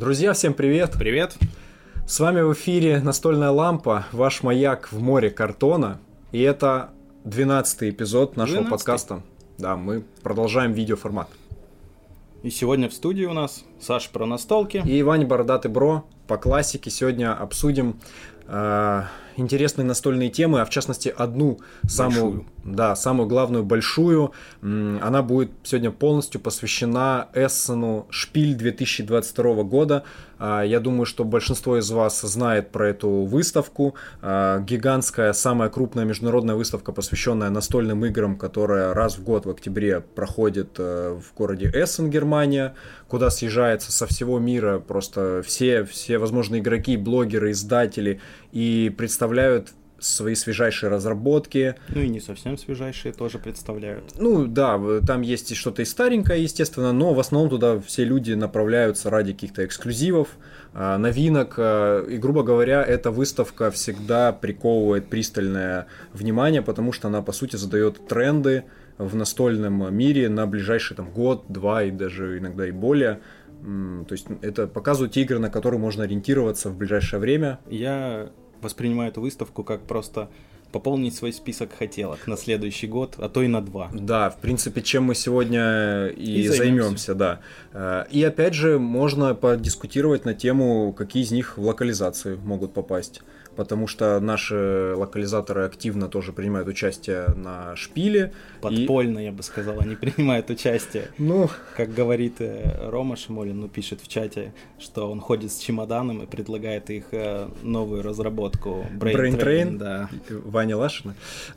Друзья, всем привет! Привет! С вами в эфире «Настольная лампа», ваш маяк в море картона. И это 12-й эпизод нашего подкаста. Да, мы продолжаем видеоформат. И сегодня в студии у нас Саша про настолки. И Ваня Бородатый Бро. По классике сегодня обсудим интересные настольные темы, а в частности одну самую главную большую. Она будет сегодня полностью посвящена Эссену Шпиль 2022 года. Я думаю, что большинство из вас знает про эту выставку. Гигантская, самая крупная международная выставка, посвященная настольным играм, которая раз в год в октябре проходит в городе Эссен, Германия, куда съезжается со всего мира просто все возможные игроки, блогеры, издатели и представляют свои свежайшие разработки. Ну и не совсем свежайшие тоже представляют. Ну да, там есть и что-то и старенькое, естественно, но в основном туда все люди направляются ради каких-то эксклюзивов, новинок. И, грубо говоря, эта выставка всегда приковывает пристальное внимание, потому что она, по сути, задает тренды в настольном мире на ближайший год, два и даже иногда и более. То есть это показывают те игры, на которые можно ориентироваться в ближайшее время. Я воспринимаю эту выставку как просто пополнить свой список хотелок на следующий год, а то и на 2. Да, в принципе, чем мы сегодня и займемся, да. И опять же, можно подискутировать на тему, какие из них в локализации могут попасть. Потому что наши локализаторы активно тоже принимают участие на Шпиле. Подпольно, я бы сказал, они принимают участие. Как говорит Рома Шамолин, пишет в чате, что он ходит с чемоданом и предлагает их новую разработку Brain Train. Да. Ваня Лашина.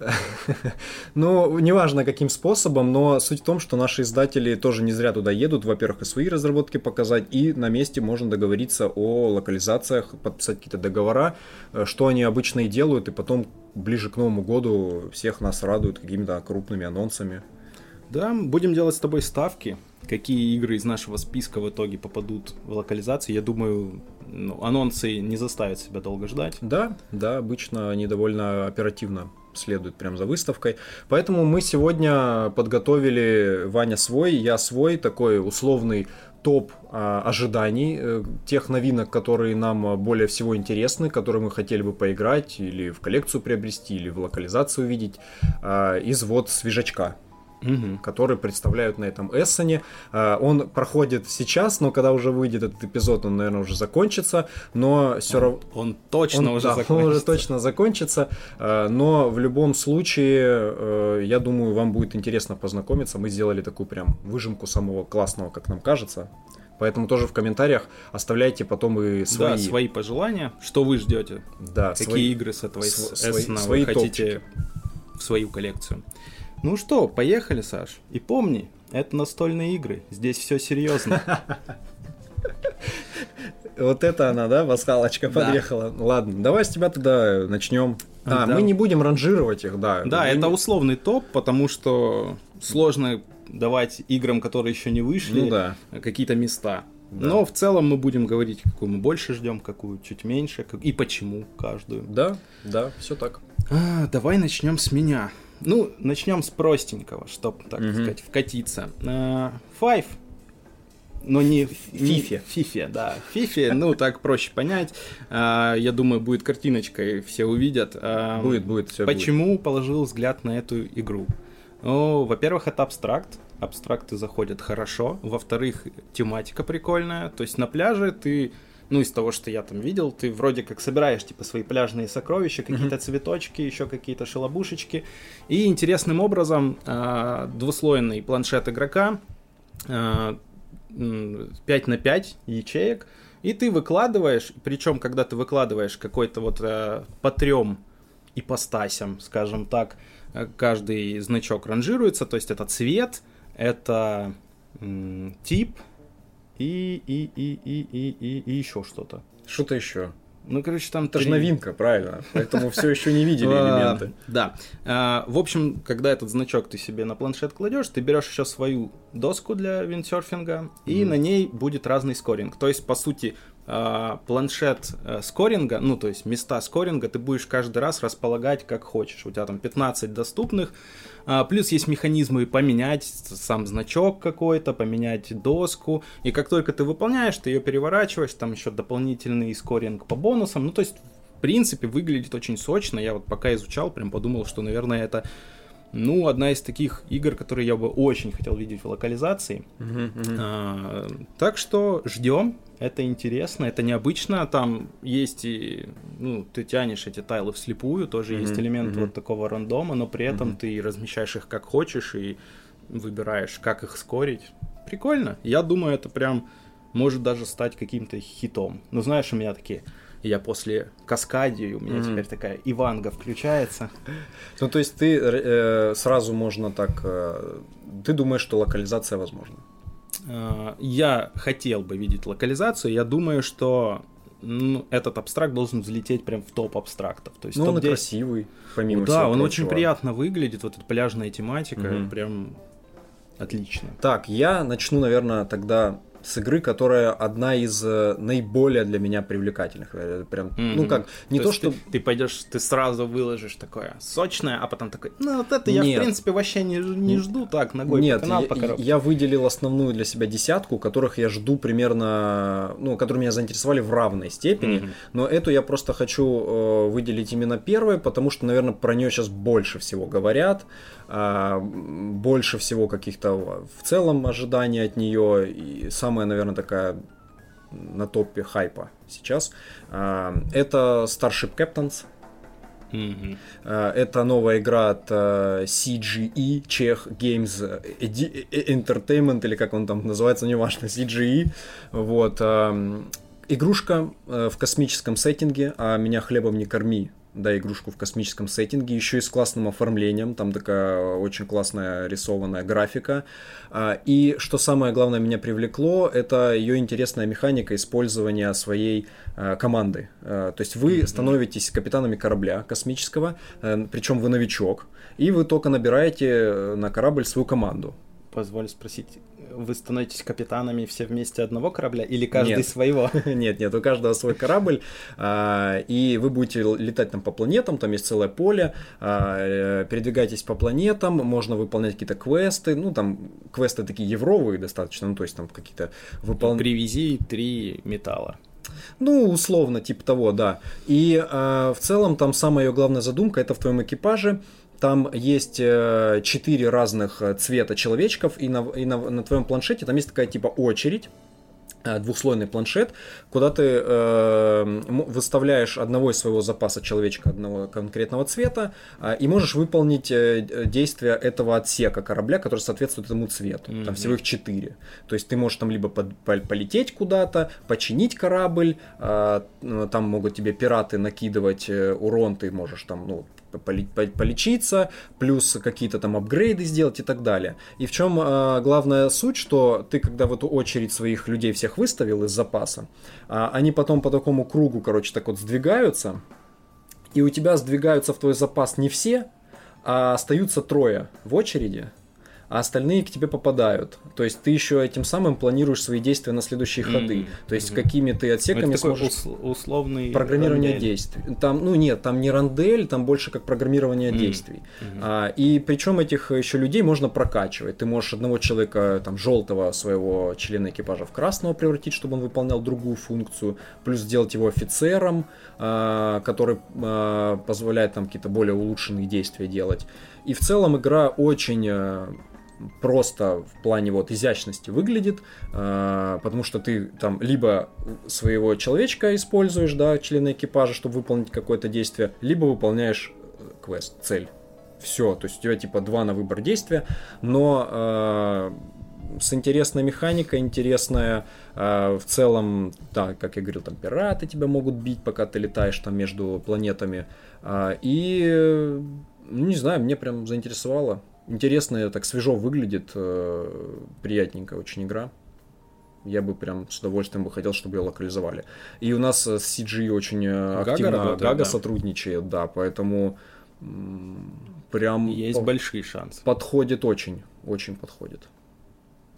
Неважно каким способом, но суть в том, что наши издатели тоже не зря туда едут. Во-первых, и свои разработки показать, и на месте можно договориться о локализациях, подписать какие-то договора, что они обычно и делают, и потом ближе к Новому году всех нас радуют какими-то крупными анонсами. Да, будем делать с тобой ставки, какие игры из нашего списка в итоге попадут в локализацию. Я думаю, анонсы не заставят себя долго ждать. Да, обычно они довольно оперативно следуют прям за выставкой. Поэтому мы сегодня подготовили, Ваня свой, я свой, такой условный топ ожиданий, тех новинок, которые нам более всего интересны, которые мы хотели бы поиграть или в коллекцию приобрести, или в локализацию увидеть, из свежачка, который представляют на этом Эссене. Он проходит сейчас, но когда уже выйдет этот эпизод, он, наверное, уже закончится, но все равно... Он точно закончится, но в любом случае, я думаю, вам будет интересно познакомиться. Мы сделали такую прям выжимку самого классного, как нам кажется. Поэтому тоже в комментариях оставляйте потом и свои пожелания, что вы ждете, какие игры с этого Эссена вы хотите в свою коллекцию. Ну что, поехали, Саш. И помни, это настольные игры, здесь все серьезно. Вот это она, да, пасхалочка подъехала. Ладно, давай с тебя тогда начнем. Мы не будем ранжировать их, да. Да, это условный топ, потому что сложно давать играм, которые еще не вышли, какие-то места. Да. Но в целом мы будем говорить, какую мы больше ждем, какую чуть меньше, и почему каждую. Да, все так. Давай начнем с меня. Начнем с простенького, чтобы, так сказать, вкатиться. Five. Но не Фифе. Фифе, да. Фифе, так проще понять. Я думаю, будет картиночка, и все увидят. Будет, все Почему будет. Положил взгляд на эту игру? Во-первых, это абстракт. Абстракты заходят хорошо. Во-вторых, тематика прикольная. То есть на пляже ты... из того, что я там видел, ты вроде как собираешь свои пляжные сокровища, какие-то цветочки, еще какие-то шалобушечки. И интересным образом двуслойный планшет игрока, 5x5 ячеек, и ты выкладываешь, причем когда ты выкладываешь какой-то по 3 ипостасям, скажем так, каждый значок ранжируется, то есть это цвет, это тип, и еще что-то. Что-то еще. Там... Это же новинка, правильно. Поэтому все еще не видели элементы. Да. В общем, когда этот значок ты себе на планшет кладешь, ты берешь еще свою доску для виндсерфинга, и на ней будет разный скоринг. То есть, по сути, планшет скоринга, ну, то есть места скоринга ты будешь каждый раз располагать как хочешь. У тебя там 15 доступных, плюс есть механизмы поменять сам значок какой-то, поменять доску, и как только ты выполняешь, ты ее переворачиваешь, там еще дополнительный скоринг по бонусам, ну, то есть, в принципе, выглядит очень сочно. Я вот пока изучал, прям подумал, что, наверное, это, ну, одна из таких игр, которые я бы очень хотел видеть в локализации. Так что ждем. Это интересно, это необычно. Там есть и, ну, ты тянешь эти тайлы вслепую, тоже есть элемент вот такого рандома, но при этом ты размещаешь их как хочешь и выбираешь, как их скорить. Прикольно. Я думаю, это прям может даже стать каким-то хитом. Ну, знаешь, у меня такие... Я после Каскадии, у меня теперь такая Иванга включается. Ну, то есть ты сразу можно так... Ты думаешь, что локализация возможна? Я хотел бы видеть локализацию. Я думаю, что этот абстракт должен взлететь прям в топ абстрактов. То есть он красивый, помимо всего да, он прочего. очень приятно выглядит. Вот эта пляжная тематика. Прям отлично. Так, я начну, наверное, тогда... с игры, которая одна из наиболее для меня привлекательных. Прям, ну как, не то, что... Ты пойдешь, ты сразу выложишь такое сочное, а потом такой, ну вот это я, в принципе, вообще не жду, так, ногой Нет, по канал, по коробке. Я выделил основную для себя десятку, которых я жду примерно, ну, которые меня заинтересовали в равной степени, но эту я просто хочу выделить именно первой, потому что, наверное, про нее сейчас больше всего говорят, больше всего каких-то в целом ожиданий от нее, и самая, наверное, такая на топе хайпа сейчас. Это Starship Captains. Это новая игра от CGE, Czech Games Entertainment, или как он там называется, неважно, CGE. Вот. Игрушка в космическом сеттинге, а меня хлебом не корми. Да, игрушку в космическом сеттинге, еще и с классным оформлением, там такая очень классная рисованная графика. И что самое главное меня привлекло, это ее интересная механика использования своей команды. То есть вы становитесь капитанами корабля космического, причем вы новичок, и вы только набираете на корабль свою команду. Позволь спросить, вы становитесь капитанами все вместе одного корабля или каждый своего? Нет, у каждого свой корабль, и вы будете летать там по планетам, там есть целое поле, передвигаетесь по планетам, можно выполнять какие-то квесты, ну там квесты такие евровые достаточно, ну то есть там какие-то Привези 3 металла. Ну, условно, типа того, да. И в целом там самая ее главная задумка, это в твоем экипаже. Там есть 4 разных цвета человечков, и на твоем планшете там есть такая типа очередь, двухслойный планшет, куда ты выставляешь одного из своего запаса человечка одного конкретного цвета и можешь выполнить действия этого отсека корабля, который соответствует этому цвету. Там всего их 4. То есть ты можешь там либо полететь куда-то, починить корабль, там могут тебе пираты накидывать урон, ты можешь там, ну, полечиться, плюс какие-то там апгрейды сделать и так далее. И в чем главная суть, что ты, когда в эту очередь своих людей всех выставил из запаса, они потом по такому кругу, короче, так вот сдвигаются, и у тебя сдвигаются в твой запас не все, а остаются 3 в очереди, а остальные к тебе попадают. То есть ты еще этим самым планируешь свои действия на следующие ходы. То есть какими ты отсеками сможешь... условный программирование рандель. действий. Там, ну нет, там не рандель, там больше как программирование действий. И причем этих еще людей можно прокачивать. Ты можешь одного человека, там, желтого своего члена экипажа в красного превратить, чтобы он выполнял другую функцию, плюс сделать его офицером, который позволяет там какие-то более улучшенные действия делать. И в целом игра очень просто в плане вот изящности выглядит, потому что ты там либо своего человечка используешь, да, члена экипажа, чтобы выполнить какое-то действие, либо выполняешь квест, цель. Все, то есть у тебя типа 2 на выбор действия, но с интересной механикой, интересная в целом, да, как я говорил, там пираты тебя могут бить, пока ты летаешь там между планетами, и ну, не знаю, мне прям заинтересовало. Интересно, так свежо выглядит, приятненькая очень игра. Я бы прям с удовольствием бы хотел, чтобы ее локализовали. И у нас с CG очень активно Гага сотрудничает, да, поэтому прям... Есть большие шансы. Подходит очень, очень подходит.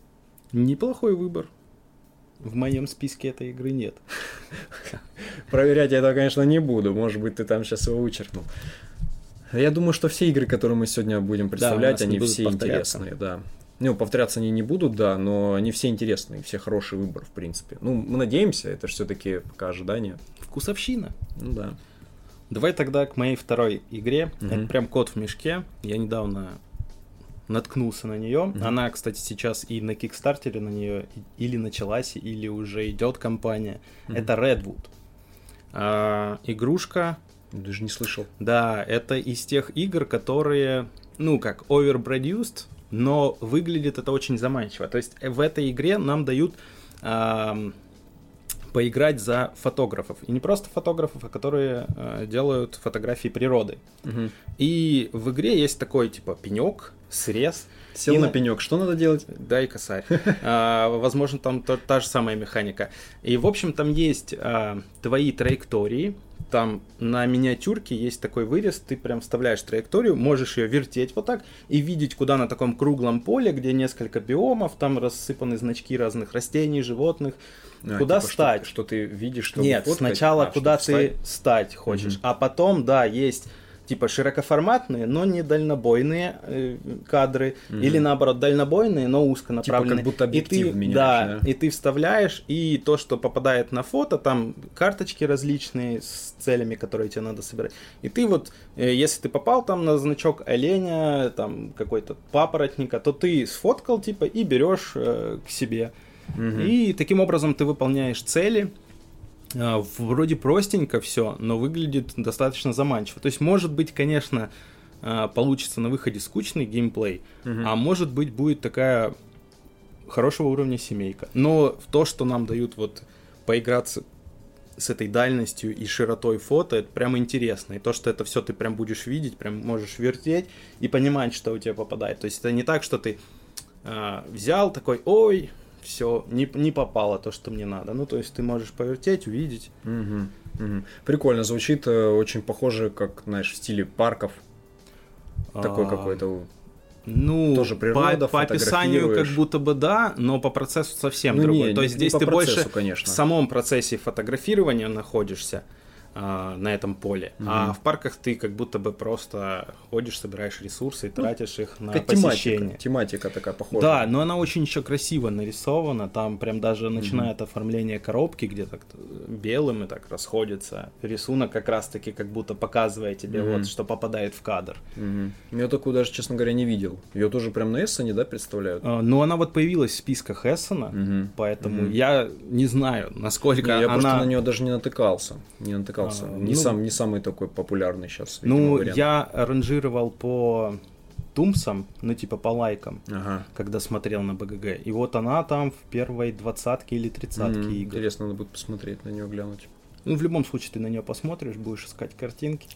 Неплохой выбор. В моем списке этой игры нет. Проверять я это, конечно, не буду. Может быть, ты там сейчас его вычеркнул. Я думаю, что все игры, которые мы сегодня будем представлять, они все интересные, да. Ну, повторяться они не будут, да, но они все интересные, все хороший выбор, в принципе. Ну, мы надеемся, это же все-таки пока ожидание. Вкусовщина. Ну да. Давай тогда к моей второй игре. Это прям кот в мешке. Я недавно наткнулся на нее. Она, кстати, сейчас и на Кикстартере на нее или началась, или уже идет кампания. Это Redwood. Игрушка. Даже не слышал. Да, это из тех игр, которые, ну, как overproduced, но выглядит это очень заманчиво. То есть в этой игре нам дают поиграть за фотографов. И не просто фотографов, а которые делают фотографии природы. И в игре есть такой, типа, пенек, срез. Сел на пенек, что надо делать? Дай косарь. Возможно, там та же самая механика. И, в общем, там есть твои траектории. Там на миниатюрке есть такой вырез, ты прям вставляешь траекторию, можешь ее вертеть вот так и видеть, куда на таком круглом поле, где несколько биомов, там рассыпаны значки разных растений, животных, куда типа стать. Что ты видишь, чтобы Нет, фоткать? сначала куда ты стать хочешь, а потом, да, есть типа широкоформатные, но не дальнобойные кадры, или наоборот дальнобойные, но узконаправленные. Типа как будто объектив меняешь, да, и ты вставляешь, и то, что попадает на фото, там карточки различные с целями, которые тебе надо собирать. И ты вот, если ты попал там на значок оленя, там какой-то папоротника, то ты сфоткал типа и берешь к себе. И таким образом ты выполняешь цели. Вроде простенько все, но выглядит достаточно заманчиво. То есть, может быть, конечно, получится на выходе скучный геймплей, а может быть, будет такая хорошего уровня семейка. Но в то, что нам дают вот поиграться с этой дальностью и широтой фото, это прям интересно. И то, что это все ты прям будешь видеть, прям можешь вертеть и понимать, что у тебя попадает. То есть, это не так, что ты взял такой, ой, все, не попало то, что мне надо. Ну, то есть ты можешь повертеть, увидеть. Прикольно, звучит очень похоже, как, знаешь, в стиле парков. Такой какой-то. Ну, тоже природа, по описанию как будто бы да, но по процессу совсем другой. То есть здесь ты больше в самом процессе фотографирования находишься на этом поле. А в парках ты как будто бы просто ходишь, собираешь ресурсы и тратишь их на посещение. Тематика такая похожая. Да, но она очень еще красиво нарисована. Там прям даже начинает оформление коробки, где так белым и так расходится. Рисунок как раз-таки как будто показывает тебе, вот, что попадает в кадр. Я такую даже, честно говоря, не видел. Ее тоже прям на Эссене, да, представляют? Ну, она вот появилась в списках Эссена, поэтому я не знаю, насколько я она... просто на нее даже не натыкался. Не самый такой популярный сейчас. Ну, я ранжировал по тумсам, ну типа по лайкам, когда смотрел на БГГ. И вот она там в первой 20-ке или 30-ке игр. Интересно, надо будет посмотреть на нее, глянуть. Ну, в любом случае, ты на нее посмотришь, будешь искать картинки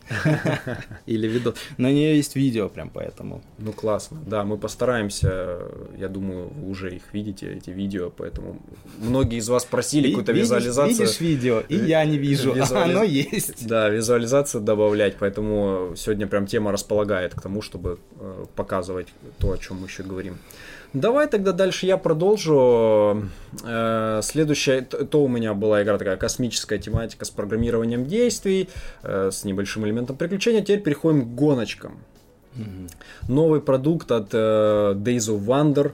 или видео. На нее есть видео прям поэтому. Ну, классно. Да, мы постараемся, я думаю, вы уже их видите, эти видео, поэтому многие из вас просили какую-то визуализацию. Видишь видео, и я не вижу, а оно есть. Да, визуализацию добавлять, поэтому сегодня прям тема располагает к тому, чтобы показывать то, о чем мы еще говорим. Давай тогда дальше я продолжу. Следующая, то у меня была игра такая космическая тематика с программированием действий, с небольшим элементом приключения. Теперь переходим к гоночкам. Новый продукт от Days of Wonder,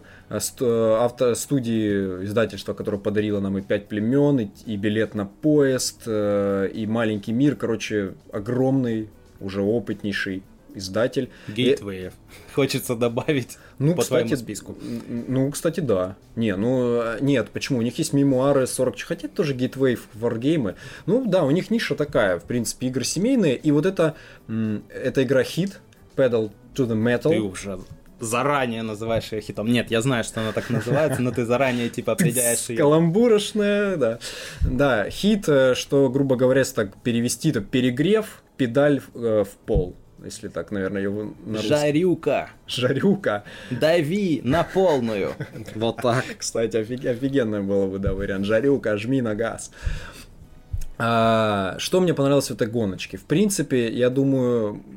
студии издательства, которое подарило нам и 5 племен, и билет на поезд, и маленький мир. Короче, огромный, уже опытнейший издатель. Gateway. Хочется добавить по твоему списку. Ну, кстати, да. Нет, почему? У них есть мемуары 40... Хотя это тоже Gateway Wargame. Ну, да, у них ниша такая. В принципе, игры семейные. И вот это игра хит. Pedal to the Metal. Ты уже заранее называешь ее хитом. Нет, я знаю, что она так называется, но ты заранее типа определяешь ее. Каламбурочная, да. Да, хит, что, грубо говоря, если так перевести, то перегрев, педаль в пол. Если так, наверное, его на русском. Жарюка. Дави на полную. Вот так. Кстати, офигенный было бы, да, вариант. Жарюка, жми на газ. Что мне понравилось в этой гоночке? В принципе, я думаю,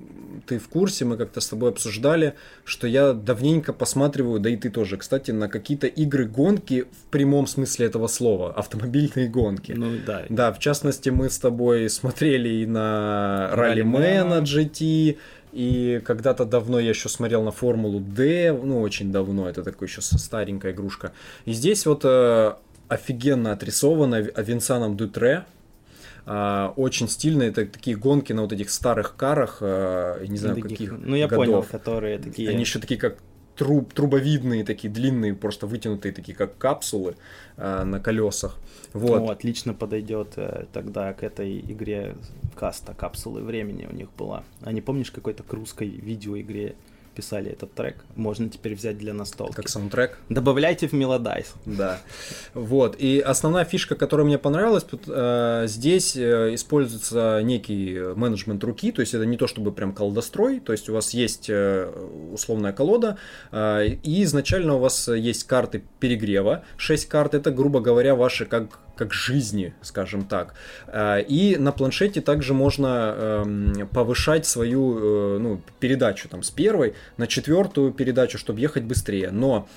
ты в курсе, мы как-то с тобой обсуждали, что я давненько посматриваю, да и ты тоже, кстати, на какие-то игры-гонки в прямом смысле этого слова, автомобильные гонки. Ну да. Да, в частности, мы с тобой смотрели и на Rallyman GT, и когда-то давно я еще смотрел на Формулу D, ну очень давно, это такой еще старенькая игрушка. И здесь вот офигенно отрисовано Винсаном Дютре. Очень стильно, это такие гонки на вот этих старых карах, не знаю таких, каких ну я годов. понял, которые такие... Они еще такие как трубовидные, такие длинные, просто вытянутые, такие как капсулы на колесах. Вот. Ну, отлично подойдет тогда к этой игре каста «Капсулы времени» у них была. А не помнишь, какой-то к русской видеоигре писали этот трек? Можно теперь взять для настолки. Как саундтрек. Добавляйте в Мелодайс. Да. Вот. И основная фишка, которая мне понравилась, здесь используется некий менеджмент руки, то есть это не то чтобы прям колдострой, то есть у вас есть условная колода, и изначально у вас есть карты перегрева. 6 карт, это, грубо говоря, ваши как жизни, скажем так. И на планшете также можно повышать свою передачу там, с первой на 4-ю передачу, чтобы ехать быстрее. Но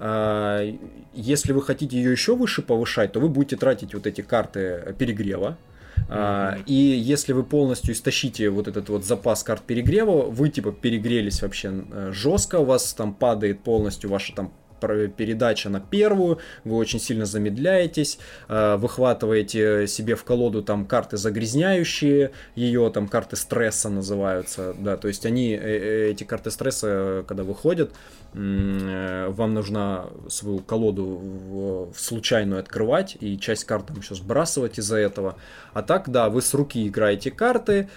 если вы хотите ее еще выше повышать, то вы будете тратить вот эти карты перегрева. И если вы полностью истощите вот этот вот запас карт перегрева, вы типа перегрелись вообще жестко, у вас там падает полностью ваша там передача на первую, вы очень сильно замедляетесь, выхватываете себе в колоду там карты загрязняющие, ее там карты стресса называются, да, то есть они, эти карты стресса, когда выходят, вам нужно свою колоду случайную открывать и часть карт там еще сбрасывать из-за этого. А так, да, вы с руки играете карты,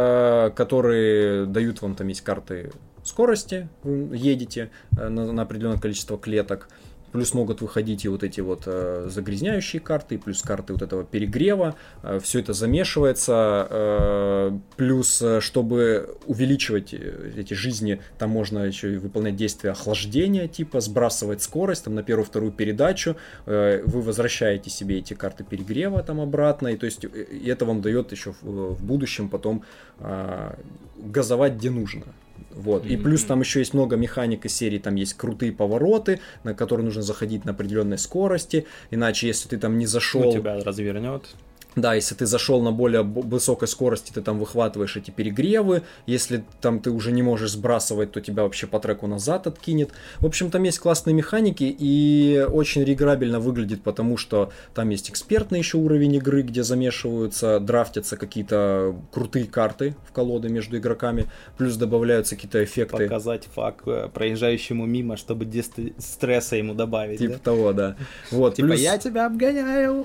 которые дают вам, там есть карты скорости, вы едете на определенное количество клеток, плюс могут выходить и вот эти вот загрязняющие карты, плюс карты вот этого перегрева, все это замешивается, плюс, чтобы увеличивать эти жизни, там можно еще и выполнять действия охлаждения, типа сбрасывать скорость там на первую-вторую передачу, вы возвращаете себе эти карты перегрева там обратно, и то есть и это вам дает еще в будущем потом газовать где нужно. Вот. И плюс там еще есть много механик из серии, там есть крутые повороты, на которые нужно заходить на определенной скорости, иначе если ты там не зашел... тебя развернет. Да, если ты зашел на более высокой скорости, ты там выхватываешь эти перегревы, если там ты уже не можешь сбрасывать, то тебя вообще по треку назад откинет. В общем, там есть классные механики и очень реиграбельно выглядит, потому что там есть экспертный еще уровень игры, где замешиваются, драфтятся какие-то крутые карты в колоды между игроками, плюс добавляются какие-то эффекты. Показать факт проезжающему мимо, чтобы стресса ему добавить. Типа того, да. Вот, типа я тебя обгоняю.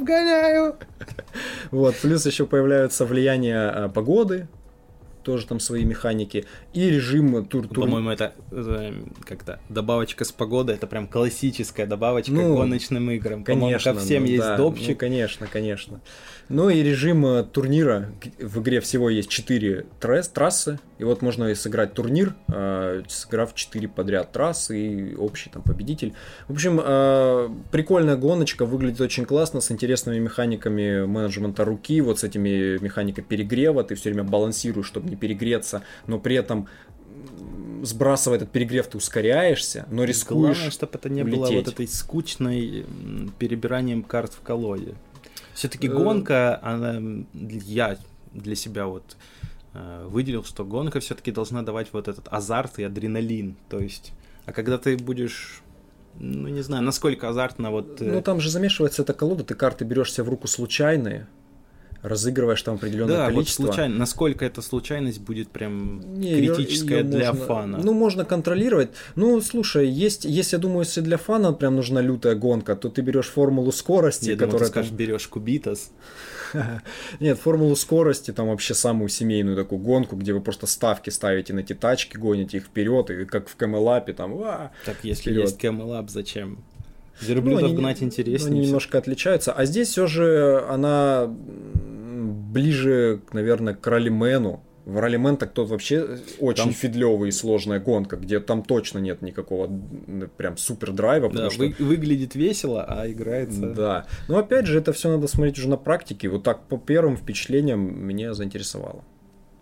Вот, плюс еще появляются влияния погоды, тоже там свои механики, и режим тур. По-моему, это как-то добавочка с погодой, это прям классическая добавочка к гоночным играм. Конечно, ко всем есть да, допчик. Конечно. Ну и режим турнира, в игре всего есть 4 трассы, и вот можно и сыграть турнир, сыграв 4 подряд трассы, и общий там победитель. В общем, прикольная гоночка, выглядит очень классно, с интересными механиками менеджмента руки, вот с этими механикой перегрева, ты все время балансируешь, чтобы не перегреться, но при этом сбрасывая этот перегрев, ты ускоряешься, но рискуешь. Главное, чтобы это не было вот этой скучной перебиранием карт в колоде. Все-таки гонка, я для себя вот выделил, что гонка все-таки должна давать вот этот азарт и адреналин. То есть, а когда ты будешь, ну не знаю, насколько азартно вот... Ну там же замешивается эта колода, ты карты берешь себе в руку случайные, разыгрываешь там определенное количество. Вот случайно. Насколько эта случайность будет прям критическая для фана? Ну, можно контролировать. Ну, слушай, я думаю, если для фана прям нужна лютая гонка, то ты берешь формулу скорости, я которая... думаю, ты скажешь, берешь Кубитас. Нет, формулу скорости, там вообще самую семейную такую гонку, где вы просто ставки ставите на эти тачки, гоните их вперед, и как в Камелапе там... Так если есть Камелап, зачем? Верблюдов гнать интереснее. Они немножко отличаются. А здесь все же она ближе, наверное, к Rallyman. В Rallyman так тот вообще очень там... фидлёвая и сложная гонка, где там точно нет никакого прям супер драйва. Да, что... выглядит весело, а играется... Да. Но опять же, это все надо смотреть уже на практике. Вот так по первым впечатлениям меня заинтересовало.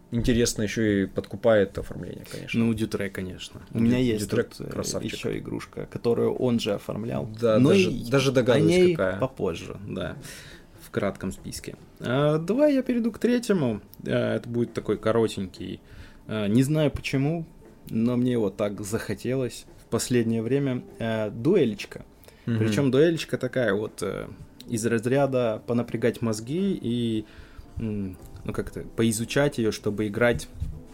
интересно еще и подкупает оформление, конечно. Ну, Дютре, конечно. У меня есть Дютре тут красавчик. еще игрушка, которую он же оформлял. Да, но даже догадываюсь, о ней какая. попозже, да, в кратком списке. Давай я перейду к третьему. Это будет такой коротенький. Не знаю почему, но мне его так захотелось в последнее время. Дуэлечка. Причем дуэлечка такая вот из разряда понапрягать мозги и ну как-то поизучать ее, чтобы играть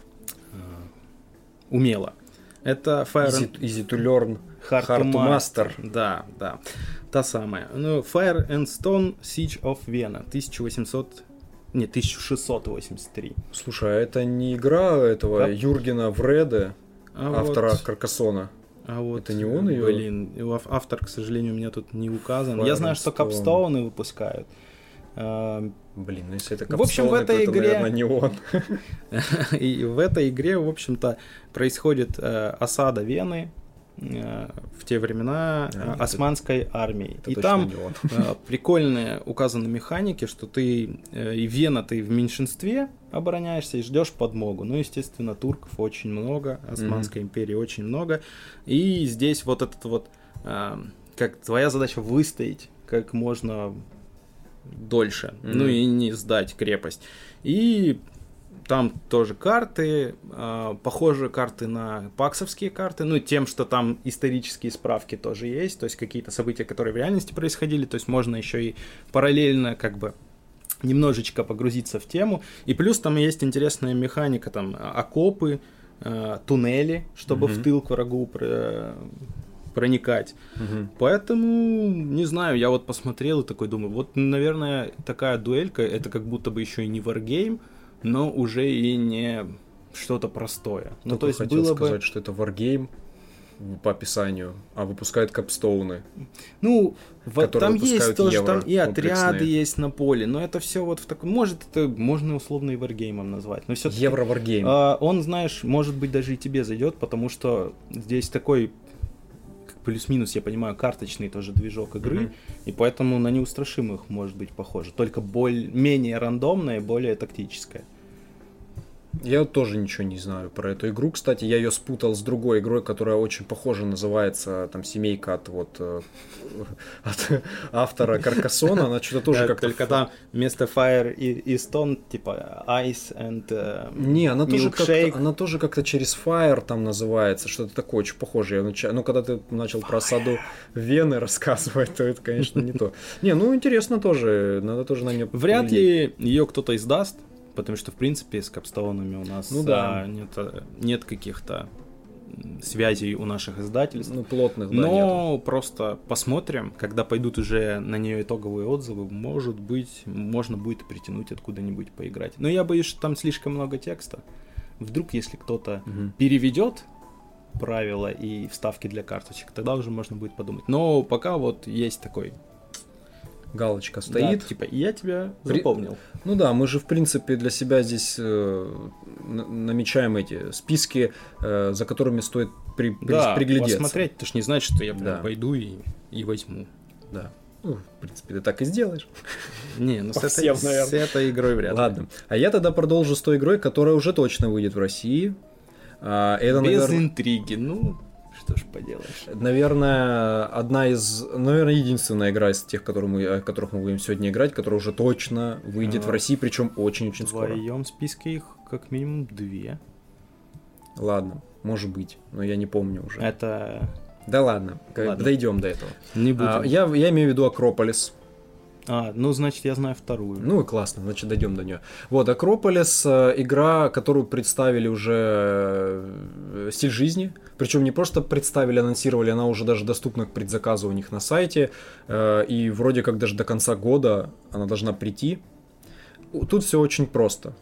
умело. Это Easy to learn, hard to master. Да, да. Та самая. Ну, Fire and Stone Siege of Vienna 1683. Слушай, а это не игра этого Юргена Вреде, автора Каркасона? А вот, это не он ее? Блин, автор, к сожалению, у меня тут не указан. Я знаю, что Капстоуны выпускают. Блин, ну если это Капстоуны, в общем, в этой то игре... это, наверное, не он. И в этой игре, в общем-то, происходит осада Вены в те времена османской армии. И там прикольные указаны механики, что ты и Вена, ты в меньшинстве обороняешься и ждешь подмогу. Ну, естественно, турков очень много, Османской империи очень много. И здесь вот этот вот, как твоя задача выстоять как можно дольше, ну и не сдать крепость. И там тоже карты, похожие карты на паксовские карты, ну тем, что там исторические справки тоже есть, то есть какие-то события, которые в реальности происходили, то есть можно еще и параллельно как бы немножечко погрузиться в тему. И плюс там есть интересная механика, там окопы, туннели, чтобы в тыл к врагу проникать. Поэтому, не знаю, я вот посмотрел и такой думаю, вот, наверное, такая дуэлька, это как будто бы еще и не варгейм, но уже и не что-то простое. Ну, то есть хотел было сказать, что это варгейм по описанию, а выпускают капстоуны. Ну, там есть тоже, евро, там и отряды есть на поле, но это все вот в таком... Может, это можно условно и варгеймом назвать, но все-таки... Евро-варгейм. Он, знаешь, может быть, даже и тебе зайдет, потому что здесь такой... плюс-минус, я понимаю, карточный тоже движок игры, и поэтому на неустрашимых может быть похоже, только менее рандомное и более тактическое. Я тоже ничего не знаю про эту игру, кстати, я ее спутал с другой игрой, которая очень похожа, называется там «Семейка» от автора Каркасона, она что-то тоже как-то... Только там вместо Fire и Stone, типа Ice and Не, она тоже как-то через Fire там называется, что-то такое очень похожее. Ну, когда ты начал про осаду Вены рассказывать, то это, конечно, не то. Не, ну, интересно тоже, надо тоже на нее Вряд ли ее кто-то издаст, потому что, в принципе, с капстоунами у нас нет каких-то связей у наших издательств. Ну, плотных, да, но нету. просто посмотрим, когда пойдут уже на нее итоговые отзывы, может быть, можно будет притянуть откуда-нибудь поиграть. Но я боюсь, что там слишком много текста. Вдруг, если кто-то переведет правила и вставки для карточек, тогда уже можно будет подумать. Но пока вот есть такой... Галочка стоит. Да, типа, я тебя запомнил. Ну да, мы же, в принципе, для себя здесь намечаем эти списки, за которыми стоит приглядеться. Посмотреть, ты ж не знаешь, что я прям пойду и возьму. Да. Ну, в принципе, ты так и сделаешь. Не, ну с этой игрой вряд ли. Ладно. А я тогда продолжу с той игрой, которая уже точно выйдет в России. Без интриги, ну... Что ж поделаешь. Наверное, единственная игра из тех, которых мы будем сегодня играть, которая уже точно выйдет в России, причем очень-очень скоро. В твоем списке их как минимум 2. Ладно, может быть, но я не помню уже. Это... Да ладно. Дойдем до этого. Не будем. Я имею в виду Акрополис. Ну, значит, я знаю вторую. Ну, классно, значит, дойдем до нее. Вот, Акрополис, игра, которую представили уже стиль жизни. Причем не просто представили, анонсировали, она уже даже доступна к предзаказу у них на сайте. И вроде как даже до конца года она должна прийти. Тут все очень просто.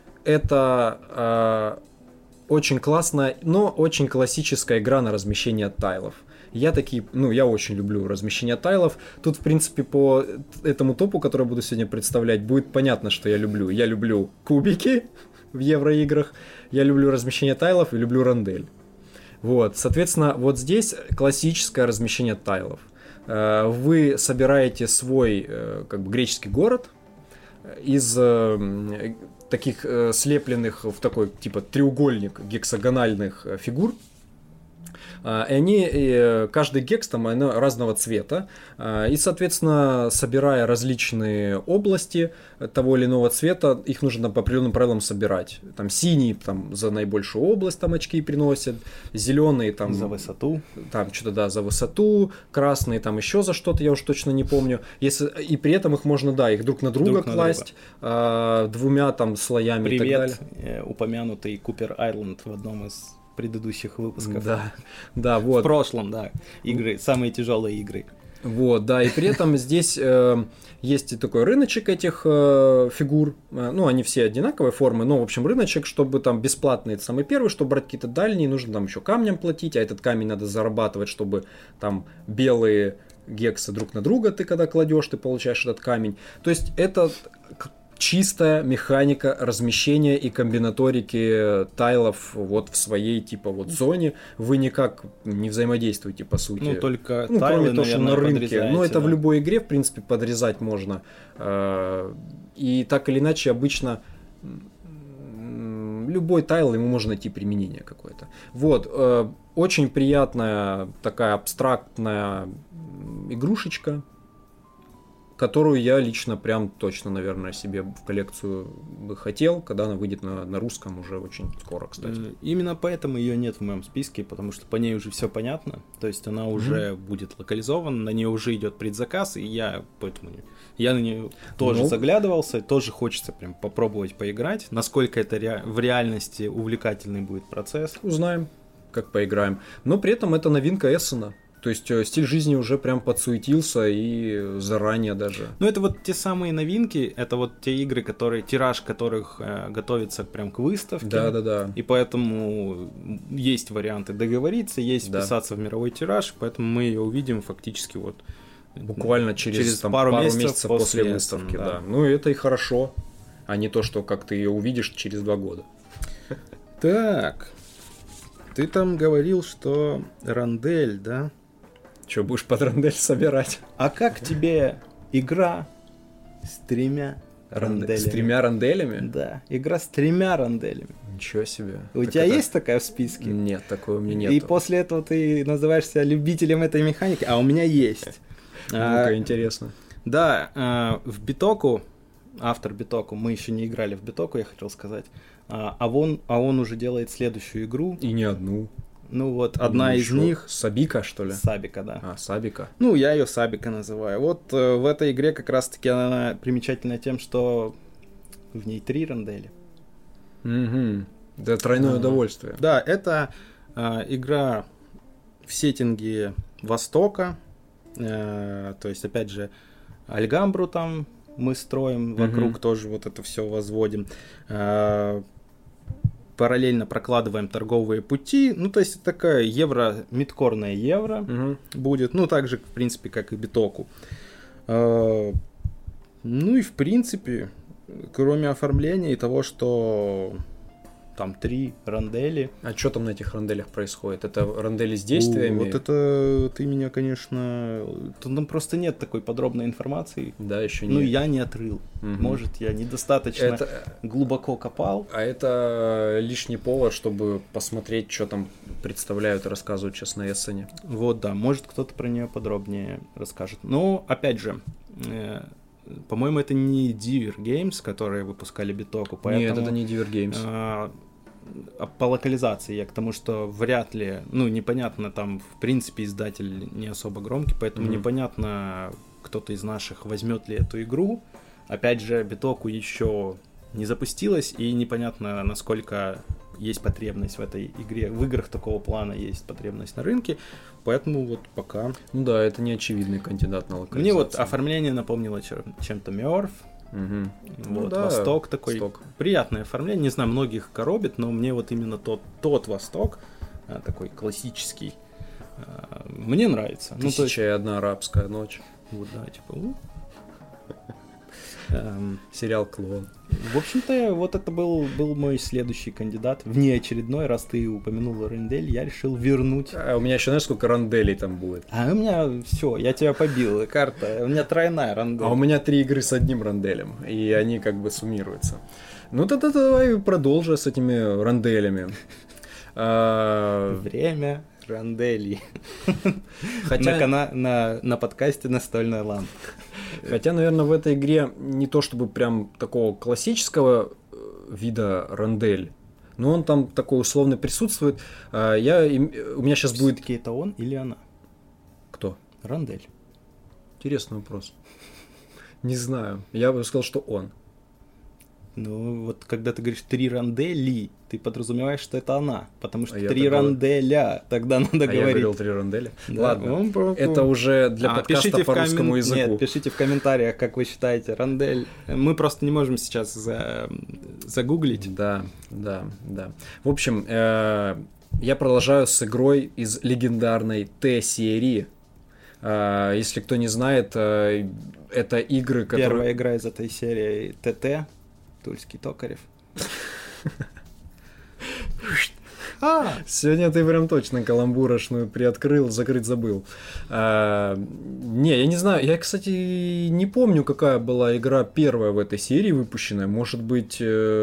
Это очень классная, но очень классическая игра на размещение тайлов. Я очень люблю размещение тайлов. Тут, в принципе, по этому топу, который я буду сегодня представлять, будет понятно, что я люблю. Я люблю кубики в евроиграх, я люблю размещение тайлов и люблю рондель. Вот, соответственно, вот здесь классическое размещение тайлов. Вы собираете свой, греческий город, из таких слепленных в такой типа треугольник гексагональных фигур. И они, каждый гекс там разного цвета, и, соответственно, собирая различные области того или иного цвета, их нужно по определенным правилам собирать. Там синий там, за наибольшую область там очки приносят, зеленый там... За высоту. Там что-то, да, за высоту, красный там еще за что-то, я уж точно не помню. И при этом их можно, да, их друг на друга класть, двумя там слоями. Привет, и так далее. Упомянутый Купер Айленд в одном из предыдущих выпусков. Да, вот. В прошлом, да, игры, самые тяжелые игры. Вот, да, и при этом здесь есть и такой рыночек этих фигур, ну, они все одинаковой формы, но, в общем, рыночек, чтобы там бесплатный, это самый первый, чтобы брать какие-то дальние, нужно там еще камнем платить, а этот камень надо зарабатывать, чтобы там белые гексы друг на друга ты когда кладешь, ты получаешь этот камень. То есть это чистая механика размещения и комбинаторики тайлов вот в своей типа вот зоне. Вы никак не взаимодействуете по сути. Ну только тайлы, кроме того, что на рынке. Но это да. в любой игре в принципе подрезать можно. И так или иначе обычно любой тайл ему можно найти применение какое-то. Вот очень приятная такая абстрактная игрушечка, которую я лично прям точно, наверное, себе в коллекцию бы хотел, когда она выйдет на русском уже очень скоро, кстати. Именно поэтому ее нет в моем списке, потому что по ней уже все понятно, то есть она уже будет локализована, на нее уже идет предзаказ, и я на нее тоже заглядывался, тоже хочется прям попробовать поиграть, насколько это в реальности увлекательный будет процесс. Узнаем, как поиграем. Но при этом это новинка Эссена. То есть стиль жизни уже прям подсуетился и заранее даже. Ну это вот те самые новинки, это вот те игры, тираж которых готовится прям к выставке. Да. И поэтому есть варианты договориться, есть вписаться в мировой тираж, поэтому мы ее увидим фактически вот буквально через пару месяцев после выставки. Да. Ну это и хорошо, а не то, что как ты ее увидишь через 2 года. Так, ты там говорил, что рандель, да? Че, будешь под рандель собирать? А как тебе игра с 3 ранделями? С 3 ранделями? Да, игра с 3 ранделями. Ничего себе. У тебя есть такая в списке? Нет, такой у меня нет. И после этого ты называешь себя любителем этой механики, а у меня есть. Ну-ка, интересно. Да, в Битоку, автор Битоку, мы еще не играли в Битоку, я хотел сказать, а он уже делает следующую игру. И не одну. Ну вот, одна из них... Сабика, что ли? Сабика, да. Сабика. Ну, я ее Сабика называю. Вот в этой игре как раз-таки она примечательна тем, что в ней 3 рандели. Угу. Это тройное удовольствие. Да, это игра в сеттинге Востока. То есть, опять же, Альгамбру там мы строим, вокруг тоже вот это все возводим. Параллельно прокладываем торговые пути. Ну, то есть, это такая мидкорная евро будет. Ну, так же, в принципе, как и Битоку. Ну, и, в принципе, кроме оформления и того, что там 3 рандели. А что там на этих ранделях происходит? Это рандели с действиями? Вот это ты меня, конечно... Там просто нет такой подробной информации. Да, еще нет. Ну, я не отрыл. Может, я недостаточно глубоко копал. А это лишний повод, чтобы посмотреть, что там представляют и рассказывают сейчас на Эссене. Вот, да. Может, кто-то про нее подробнее расскажет. Но, опять же... По-моему, это не Diver Games, которые выпускали Битоку, поэтому... Нет, это не Diver Games. По локализации я к тому, что вряд ли... Ну, непонятно, там, в принципе, издатель не особо громкий, поэтому непонятно, кто-то из наших возьмет ли эту игру. Опять же, Битоку еще не запустилась, и непонятно, насколько есть потребность в этой игре. В играх такого плана есть потребность на рынке, поэтому вот пока... Ну да, это не очевидный кандидат на локализацию. Мне вот оформление напомнило чем-то Мёрф. Вот, ну, да, Восток такой. Приятное оформление. Не знаю, многих коробит, но мне вот именно тот Восток, такой классический, мне нравится. 1001 арабская ночь. Вот, да, типа... Сериал «Клон». В общем-то, вот это был мой следующий кандидат. Внеочередной, раз ты упомянул Рандель, я решил вернуть. А у меня еще, знаешь, сколько ранделей там будет? А у меня все, я тебя побил, карта. У меня тройная рандель. А у меня 3 игры с одним ранделем, и они как бы суммируются. Ну тогда давай продолжим с этими ранделями. Время ранделей. Хотя на подкасте «Настольная лампа». Хотя, наверное, в этой игре не то чтобы прям такого классического вида рандель, но он там такой условно присутствует. У меня сейчас будет... Все-таки это он или она? Кто? Рандель. Интересный вопрос. Не знаю. Я бы сказал, что он. Ну, вот когда ты говоришь 3 рандели, ты подразумеваешь, что это она, потому что 3 такого... ранделя, тогда надо говорить. Я говорил 3 ранделя? Да. Ладно, это уже для подкаста по русскому языку. Нет, пишите в комментариях, как вы считаете, рандель. Мы просто не можем сейчас загуглить. Да. В общем, я продолжаю с игрой из легендарной Т-серии. Если кто не знает, это игры, которые... Первая игра из этой серии ТТ. Тульский Токарев. Сегодня ты прям точно каламбурошную приоткрыл, закрыть забыл. Не, я не знаю. Я, кстати, не помню, какая была игра первая в этой серии выпущенная. Может быть,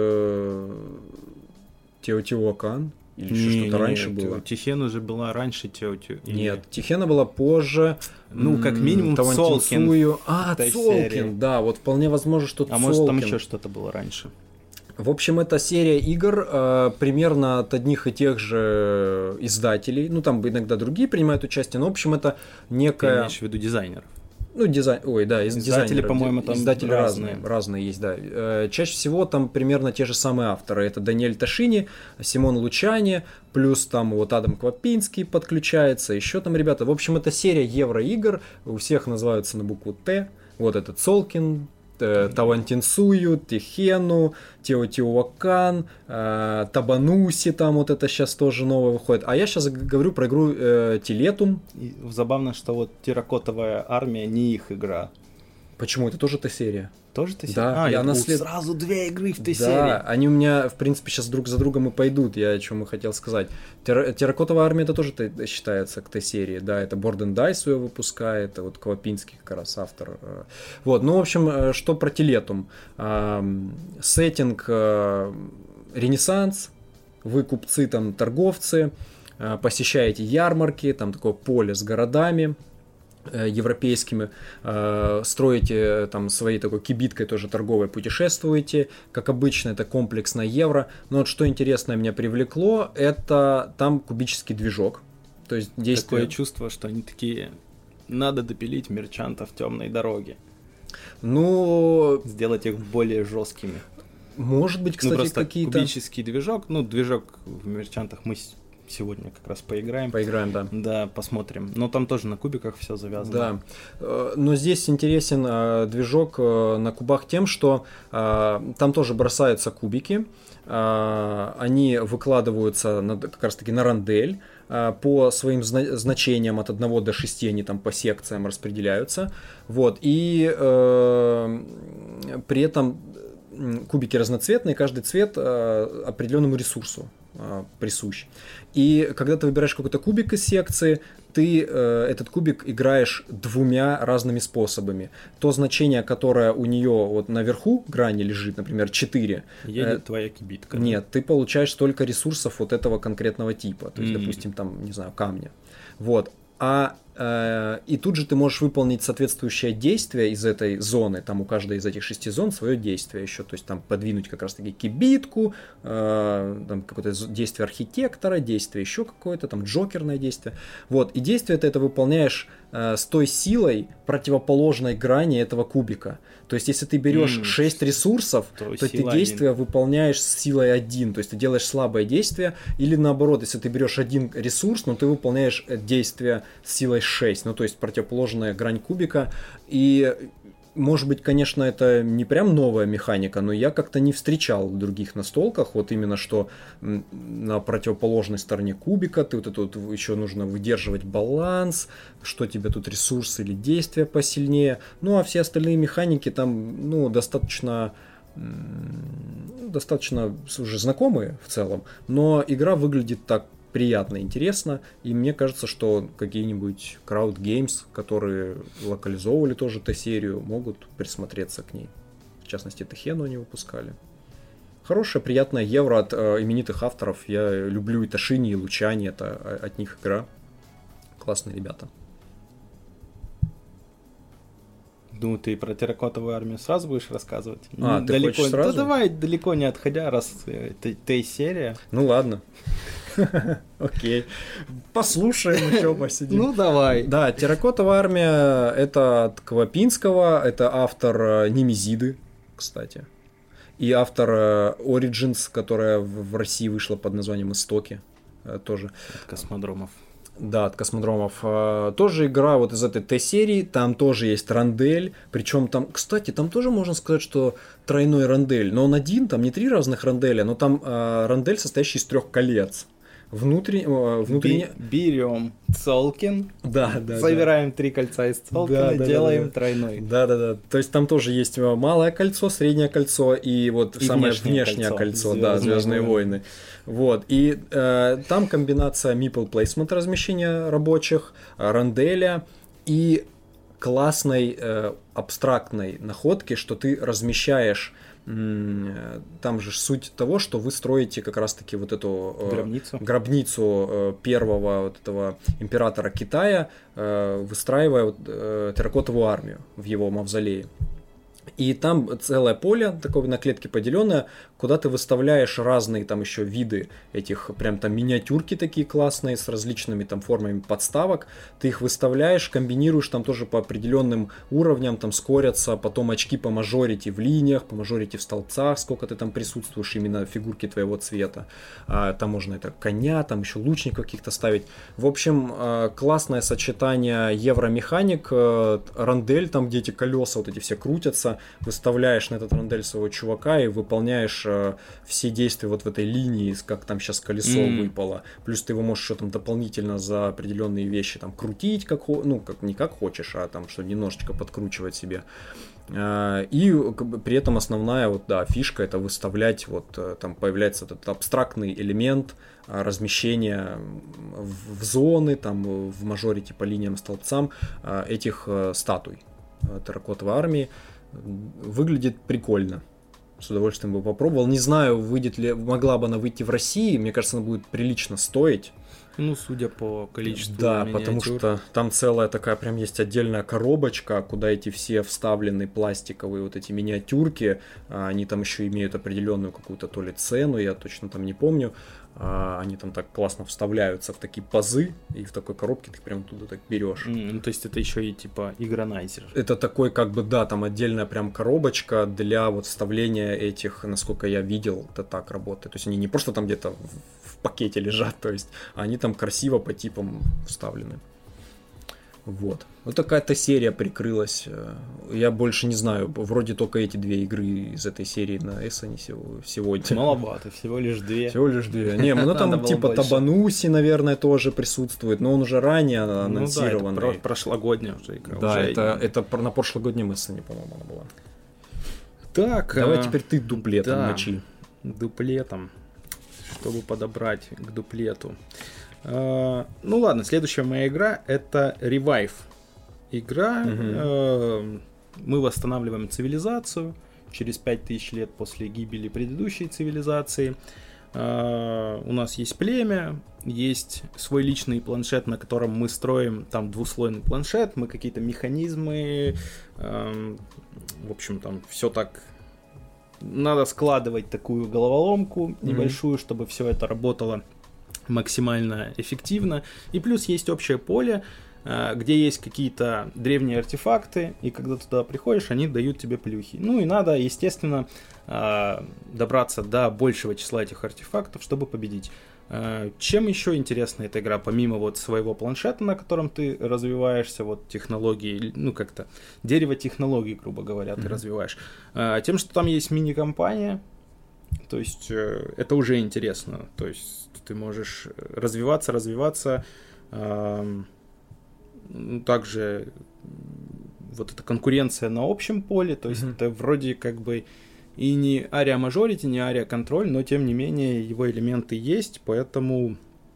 Теотиуакан? Или еще что-то раньше было? Тихена уже была раньше Теотиуакан. Нет, Тихена была позже. Ну, как минимум, Цолкин. Цолкин, да, вот вполне возможно, что Цолкин. А может, там еще что-то было раньше. В общем, это серия игр примерно от одних и тех же издателей. Ну, там иногда другие принимают участие, но, в общем, это некая... Ты имеешь в виду дизайнеров? Ну, издатели, по-моему, там издатели разные есть, да. Чаще всего там примерно те же самые авторы. Это Даниэль Ташини, Симон Лучани, плюс там вот Адам Квапинский подключается, еще там ребята. В общем, это серия евроигр, у всех называются на букву Т. Вот это Цолкин, Тавантинсую, Тихену, Теотиуакан, Табануси, там вот это сейчас тоже новое выходит. А я сейчас говорю про игру Телетум. И забавно, что вот Терракотовая армия не их игра. Почему? Это тоже Т-серия. Тоже Т-серия? Да, я думал, сразу 2 игры в Т-серии. Да, они у меня, в принципе, сейчас друг за другом и пойдут, я о чем и хотел сказать. Терракотовая армия, это тоже считается к Т-серии, да, это Board and Dice ее выпускает, это вот Квапинский как раз автор. Вот, ну, в общем, что про Телетум? Сеттинг Ренессанс, вы купцы, там, торговцы, посещаете ярмарки, там такое поле с городами европейскими, строите там своей такой кибиткой тоже торговой, путешествуете, как обычно это комплексное евро, но вот что интересное меня привлекло, это там кубический движок, то есть действие... Такое чувство, что они такие, надо допилить мерчантов темной дороги. Ну... Сделать их более жесткими. Может быть, кстати, какие-то... Кубический движок, движок в мерчантах мы сегодня как раз поиграем. Поиграем, да. Да, посмотрим. Но там тоже на кубиках все завязано. Да. Но здесь интересен движок на кубах тем, что там тоже бросаются кубики. Они выкладываются как раз таки на рандель. По своим значениям от 1 до 6 они там по секциям распределяются. Вот. И при этом кубики разноцветные, каждый цвет определенному ресурсу присущ. И когда ты выбираешь какой-то кубик из секции, ты этот кубик играешь 2 разными способами. То значение, которое у нее вот наверху грани лежит, например, 4. Едет твоя кибитка. Нет, ты получаешь столько ресурсов вот этого конкретного типа. То есть, допустим, там, не знаю, камня. Вот. И тут же ты можешь выполнить соответствующее действие из этой зоны, там у каждой из этих 6 зон свое действие еще, то есть там подвинуть как раз таки кибитку, там какое-то действие архитектора, действие еще какое-то, там джокерное действие, вот, и действие ты это выполняешь с той силой противоположной грани этого кубика. То есть, если ты берешь 6 ресурсов, то ты действие выполняешь с силой 1. То есть, ты делаешь слабое действие. Или наоборот, если ты берешь 1 ресурс, но ты выполняешь действие с силой 6. Ну, то есть, противоположная грань кубика. И может быть, конечно, это не прям новая механика, но я как-то не встречал в других настолках, вот именно что на противоположной стороне кубика ты вот это вот еще нужно выдерживать баланс, что тебе тут ресурсы или действия посильнее, ну а все остальные механики там, ну, достаточно уже знакомые в целом, но игра выглядит так приятно, интересно, и мне кажется, что какие-нибудь Crowd Games, которые локализовывали тоже Т-серию, могут присмотреться к ней. В частности, Техену они выпускали. Хорошая, приятная евро от именитых авторов. Я люблю и Тошини, и Лучани, это от них игра. Классные ребята. Ну, ты про терракотовую армию сразу будешь рассказывать? Ты далеко... хочешь сразу? Да давай, далеко не отходя, раз Т-серия. Ну ладно. Окей. Послушаем, еще посидим. Ну, давай. Да, терракотовая армия — это от Квапинского, это автор Немезиды, кстати. И автор Origins, которая в России вышла под названием Истоки, тоже. От Космодромов. Да, от Космодромов. Тоже игра вот из этой Т-серии, там тоже есть рондель, причем там, кстати, там тоже можно сказать, что тройной рондель, но он один, там не 3 разных ронделя, но там рондель, состоящий из 3 колец. Внутренне... Берем Цолкин, да, собираем 3 кольца из Цолкина, делаем тройной. Да. То есть там тоже есть малое кольцо, среднее кольцо и вот и самое внешнее кольцо, да, Звездные войны. Вот. И там комбинация meeple placement, размещения рабочих, ронделя и классной абстрактной находки, что ты размещаешь. Там же суть того, что вы строите как раз-таки вот эту гробницу первого вот этого императора Китая, выстраивая вот терракотовую армию в его мавзолее. И там целое поле, такое на клетки поделенное, куда ты выставляешь разные там еще виды этих, прям там миниатюрки такие классные, с различными там формами подставок. Ты их выставляешь, комбинируешь там тоже по определенным уровням, там скорятся, потом очки по мажорити в линиях, по мажорити в столбцах, сколько ты там присутствуешь, именно фигурки твоего цвета. Там можно это коня, там еще лучников каких-то ставить. В общем, классное сочетание евромеханик, рондель, там где эти колеса вот эти все крутятся, выставляешь на этот рондель своего чувака и выполняешь все действия вот в этой линии, как там сейчас колесо выпало. Плюс ты его можешь еще там дополнительно за определенные вещи там крутить, как, ну, как, не как хочешь, а там что немножечко подкручивать себе. И при этом основная вот, да, фишка — это выставлять, вот там появляется этот абстрактный элемент размещения в зоны, там в мажорити по линиям, столбцам этих статуй терракотовой армии. Выглядит прикольно. С удовольствием бы попробовал. Не знаю, выйдет ли, могла бы она выйти в России. Мне кажется, она будет прилично стоить. Ну, судя по количеству Да, миниатюр. потому что там целая такая, прям есть отдельная коробочка, куда эти все вставлены пластиковые вот эти миниатюрки. Они там еще имеют определенную какую-то то ли цену, я точно там не помню. Они там так классно вставляются в такие пазы, и в такой коробке ты прям туда так берешь. Ну, то есть это еще и типа игронайзер. Это такой, как бы, да, там отдельная прям коробочка для вот вставления этих, насколько я видел, это так работает. То есть они не просто там где-то в пакете лежат, то есть они там красиво по типам вставлены. Вот. Вот такая-то серия прикрылась. Я больше не знаю, вроде только эти 2 игры из этой серии на Эссене сегодня. Маловато, всего лишь 2. Всего лишь 2. Не, ну там типа Табануси, наверное, тоже присутствует, но он уже ранее анонсированный. Ну да, это прошлогодняя уже игра. Да, это на прошлогоднем Эссене, по-моему, она была. Так. Давай теперь ты дуплетом мочи. Дуплетом. Чтобы подобрать к дуплету. Ну ладно, следующая моя игра — это Revive. Игра, мы восстанавливаем цивилизацию через 5000 лет после гибели предыдущей цивилизации. У нас есть племя, есть свой личный планшет, на котором мы строим там двуслойный планшет, мы какие-то механизмы, в общем, там все так. Надо складывать такую головоломку небольшую, чтобы все это работало максимально эффективно. И плюс есть общее поле, где есть какие-то древние артефакты, и когда ты туда приходишь, они дают тебе плюхи. Ну и надо, естественно, добраться до большего числа этих артефактов, чтобы победить. Чем еще интересна эта игра, помимо вот своего планшета, на котором ты развиваешься, вот технологии, ну как-то дерево технологий, грубо говоря, ты развиваешь, тем, что там есть мини-компания, то есть это уже интересно, то есть ты можешь развиваться, также вот эта конкуренция на общем поле, то есть это вроде как бы и не Aria Majority, не Aria Control, но тем не менее его элементы есть, поэтому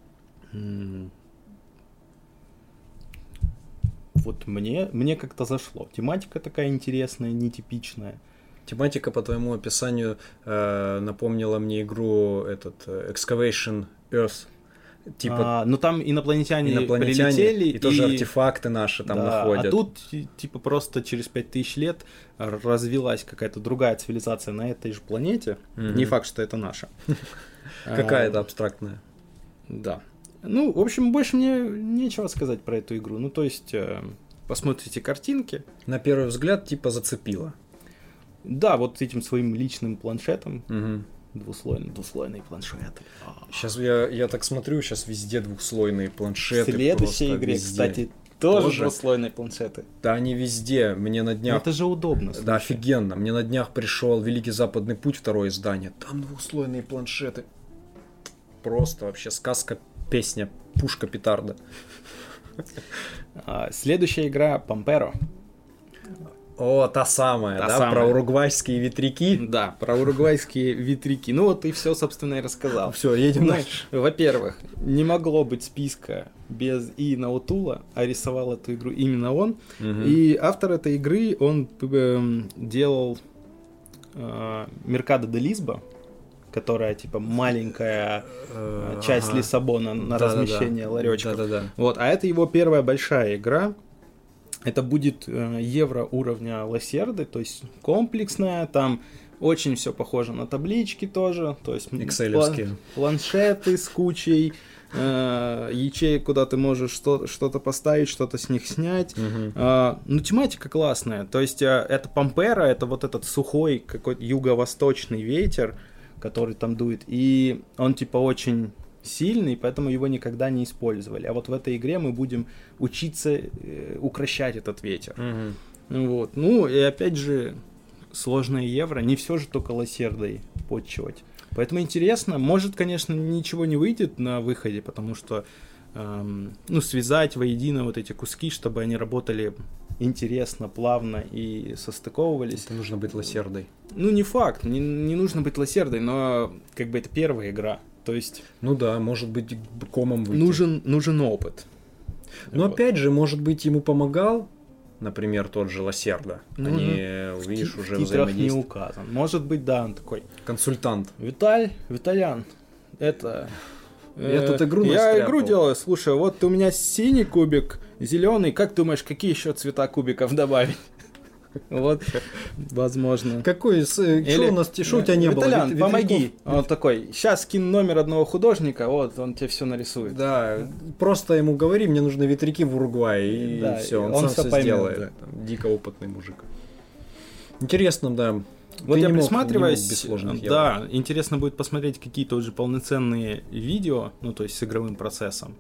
вот мне как-то зашло. Тематика такая интересная, нетипичная. Тематика, по твоему описанию, напомнила мне игру Excavation Earth. Типа, ну там инопланетяне прилетели, и тоже артефакты наши там находят. А тут типа просто через 5000 лет развилась какая-то другая цивилизация на этой же планете. Не факт, что это наша. Какая-то абстрактная. Да. Ну, в общем, больше мне нечего сказать про эту игру. Ну, то есть, посмотрите картинки. На первый взгляд, типа, зацепило. Да, вот этим своим личным планшетом. Двуслойный планшет. Сейчас я так смотрю, сейчас везде двухслойные планшеты. В следующей игре, везде. Кстати, тоже двуслойные планшеты. Да, они везде. Мне на днях... Но это же удобно. Слушай. Да, офигенно. Мне на днях пришел Великий Западный Путь, второе издание. Там двухслойные планшеты. Просто вообще сказка, песня, пушка, петарда. Следующая игра Pampero. О, та самая, про уругвайские ветряки. Да, про уругвайские ветряки. Ну вот ты все, собственно, и рассказал. Все, едем дальше. Во-первых, не могло быть списка без Иена О'Тула, а рисовал эту игру именно он. И автор этой игры, он делал Меркадо де Лисбо, которая типа маленькая часть Лиссабона на размещение ларечков. Вот, а это его первая большая игра. Это будет евро уровня Лосерды, то есть комплексная, там очень все похоже на таблички тоже, то есть планшеты с кучей ячеек, куда ты можешь что-то поставить, что-то с них снять. Ну, тематика классная, то есть это Pampero, это вот этот сухой какой-то юго-восточный ветер, который там дует, и он типа очень сильный, поэтому его никогда не использовали. А вот в этой игре мы будем учиться укрощать этот ветер. Вот. Ну, и опять же, сложное евро, не все же только лосердой подчивать. Поэтому интересно. Может, конечно, ничего не выйдет на выходе, потому что связать воедино вот эти куски, чтобы они работали интересно, плавно и состыковывались. Это нужно быть лосердой. Ну, не факт, не нужно быть лосердой, но как бы это первая игра. То есть... Ну да, может быть, комом выйти. Нужен опыт. Но вот. Опять же, может быть, ему помогал, например, тот же Лосердо. Они, видишь, уже взаимодействуют. Не указан. Может быть, да, он такой... Консультант. Виталян, это... Я тут игру настряпал. Я игру делаю, слушай, вот у меня синий кубик, зеленый. Как думаешь, какие еще цвета кубиков добавить? Вот, возможно. Какой, что у нас, что у тебя не было? Виталян, помоги. Он такой, сейчас скину номер одного художника, вот, он тебе все нарисует. Да, просто ему говори, мне нужны ветряки в Уругвае, и да, все, он сам все сделает. Да. Дико опытный мужик. Интересно, да. Вот я присматриваюсь, да, интересно будет посмотреть какие-то уже полноценные видео, ну, то есть с игровым процессом.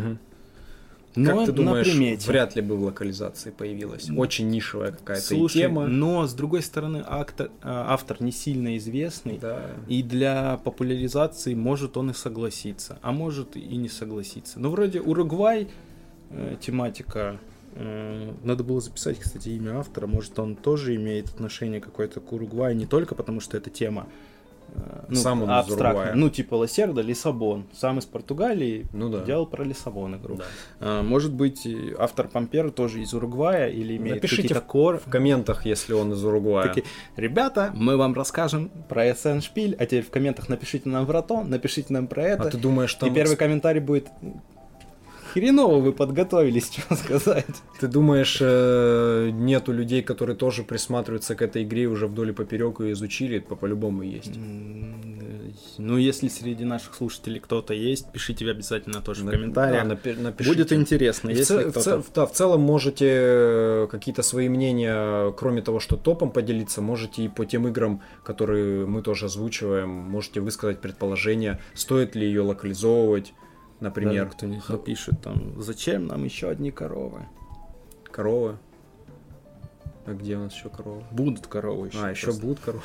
Но как ты думаешь, вряд ли бы в локализации появилась? Очень нишевая какая-то тема. Но, с другой стороны, автор не сильно известный, да. И для популяризации может он и согласиться, а может и не согласиться. Но вроде Уругвай тематика, надо было записать, кстати, имя автора, может он тоже имеет отношение какое-то к Уругваю, не только потому, что это тема сам он абстрактно. Ну, типа Лосердо, Лиссабон. Сам из Португалии делал про Лиссабон игру. Да. Может быть, автор Pampero тоже из Уругвая или имеет какие-то в комментах, если он из Уругвая. Такие, ребята, мы вам расскажем про Эссеншпиль, а теперь в комментах напишите нам про то, напишите нам про это. А ты думаешь, там... И первый комментарий будет... Хреново вы подготовились, что сказать. Ты думаешь, нету людей, которые тоже присматриваются к этой игре уже вдоль и поперек и изучили? Это по-любому есть. Ну, если среди наших слушателей кто-то есть, пишите обязательно тоже в комментариях. Напишите. Будет интересно, если кто-то... В целом можете какие-то свои мнения, кроме того, что топом поделиться, можете и по тем играм, которые мы тоже озвучиваем, можете высказать предположение, стоит ли ее локализовывать, например. Да, кто-нибудь напишет там, зачем нам еще одни коровы? Коровы? А где у нас еще коровы? Будут коровы еще. Еще будут коровы.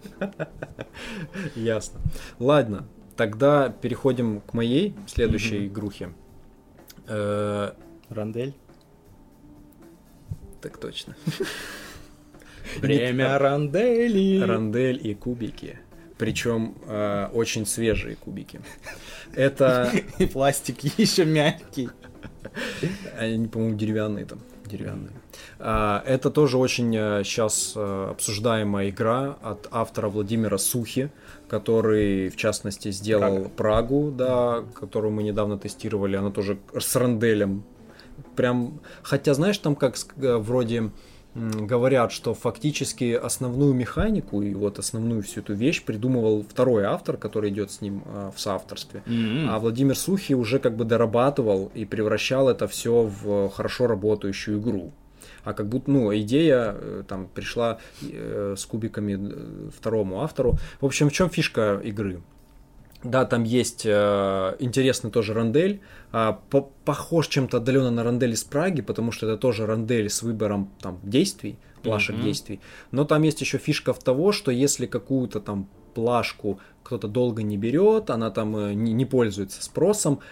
Ясно. Ладно, тогда переходим к моей следующей игрухе. Рандель? Так точно. Время ранделей. Рандель и кубики. Причем очень свежие кубики. Это... И пластик еще мягкий. Они, по-моему, деревянные там. Деревянные. Это тоже очень сейчас обсуждаемая игра от автора Владимира Сухи, который, в частности, сделал Прагу, да, которую мы недавно тестировали. Она тоже с ранделем. Прям, хотя, знаешь, там как вроде говорят, что фактически основную механику и вот основную всю эту вещь придумывал второй автор, который идет с ним в соавторстве. А Владимир Сухий уже как бы дорабатывал и превращал это все в хорошо работающую игру. А как будто, идея там пришла с кубиками второму автору. В общем, в чем фишка игры? Да, там есть интересный тоже рандель, похож чем-то отдаленно на рандель из Праги, потому что это тоже рандель с выбором там действий, плашек действий. Но там есть еще фишка в того, что если какую-то там плашку кто-то долго не берет, она там не пользуется спросом,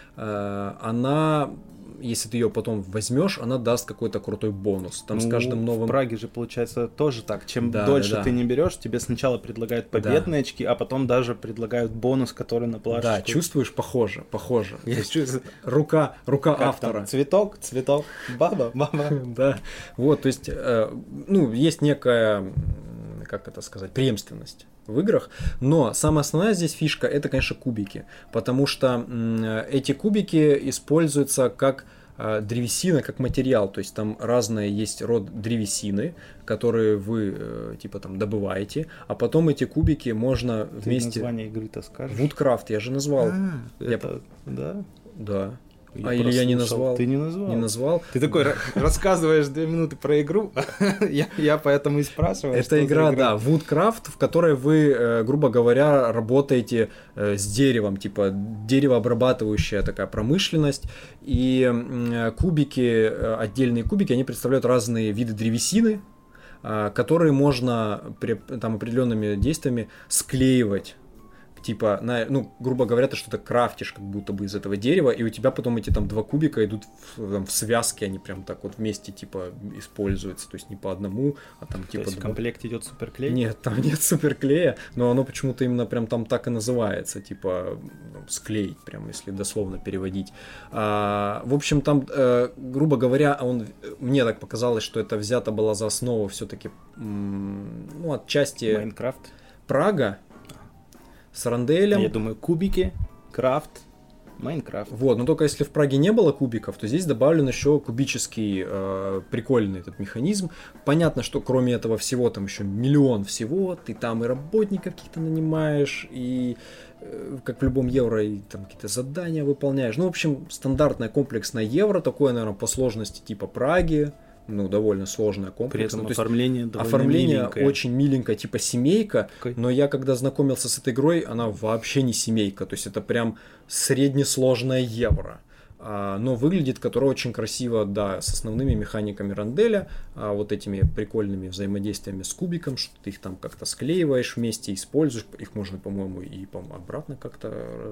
она... Если ты ее потом возьмешь, она даст какой-то крутой бонус. Там с каждым новым... В Праге же получается тоже так. Чем дольше ты не берешь, тебе сначала предлагают победные очки, а потом даже предлагают бонус, который на плашечку. Да, чувствуешь? Похоже. Я чувствую. Рука автора. Там? Цветок, баба. Да. Вот, то есть, есть некая, как это сказать, преемственность в играх, но самая основная здесь фишка — это, конечно, кубики, потому что эти кубики используются как древесина, как материал, то есть там разные есть род древесины, которые вы типа там добываете, а потом эти кубики можно ты вместе... название игры-то скажешь? Woodcraft, я же назвал. Да? Да. Или я не назвал? Ты не назвал. Не назвал. Ты такой рассказываешь 2 минуты про игру, я поэтому и спрашиваю. Это игра, да, Woodcraft, в которой вы, грубо говоря, работаете с деревом, типа деревообрабатывающая такая промышленность, и кубики, отдельные кубики, они представляют разные виды древесины, которые можно там определенными действиями склеивать. Типа, грубо говоря, ты что-то крафтишь как будто бы из этого дерева, и у тебя потом эти там 2 кубика идут в связке, они прям так вот вместе типа используются, то есть не по одному, а там типа... То есть в комплекте идет суперклей? Нет, там нет суперклея, но оно почему-то именно прям там так и называется, типа склеить, прям если дословно переводить. В общем, там, грубо говоря, мне так показалось, что это взято было за основу все-таки, отчасти... Майнкрафт? Прага. С ранделем. Я думаю, кубики, крафт, Майнкрафт. Вот, но только если в Праге не было кубиков, то здесь добавлен еще кубический прикольный этот механизм. Понятно, что кроме этого всего там еще миллион всего, ты там и работников каких-то нанимаешь, и как в любом евро, и там какие-то задания выполняешь. В общем, стандартное комплексное евро, такое, наверное, по сложности типа Праги. довольно сложная, комплексная. При этом оформление миленькое. Очень миленькое, типа семейка, но я когда знакомился с этой игрой, она вообще не семейка, то есть это прям среднесложное евро. Но выглядит которое очень красиво, да, с основными механиками ранделя, вот этими прикольными взаимодействиями с кубиком, что ты их там как-то склеиваешь вместе, используешь, их можно, по-моему, и обратно как-то,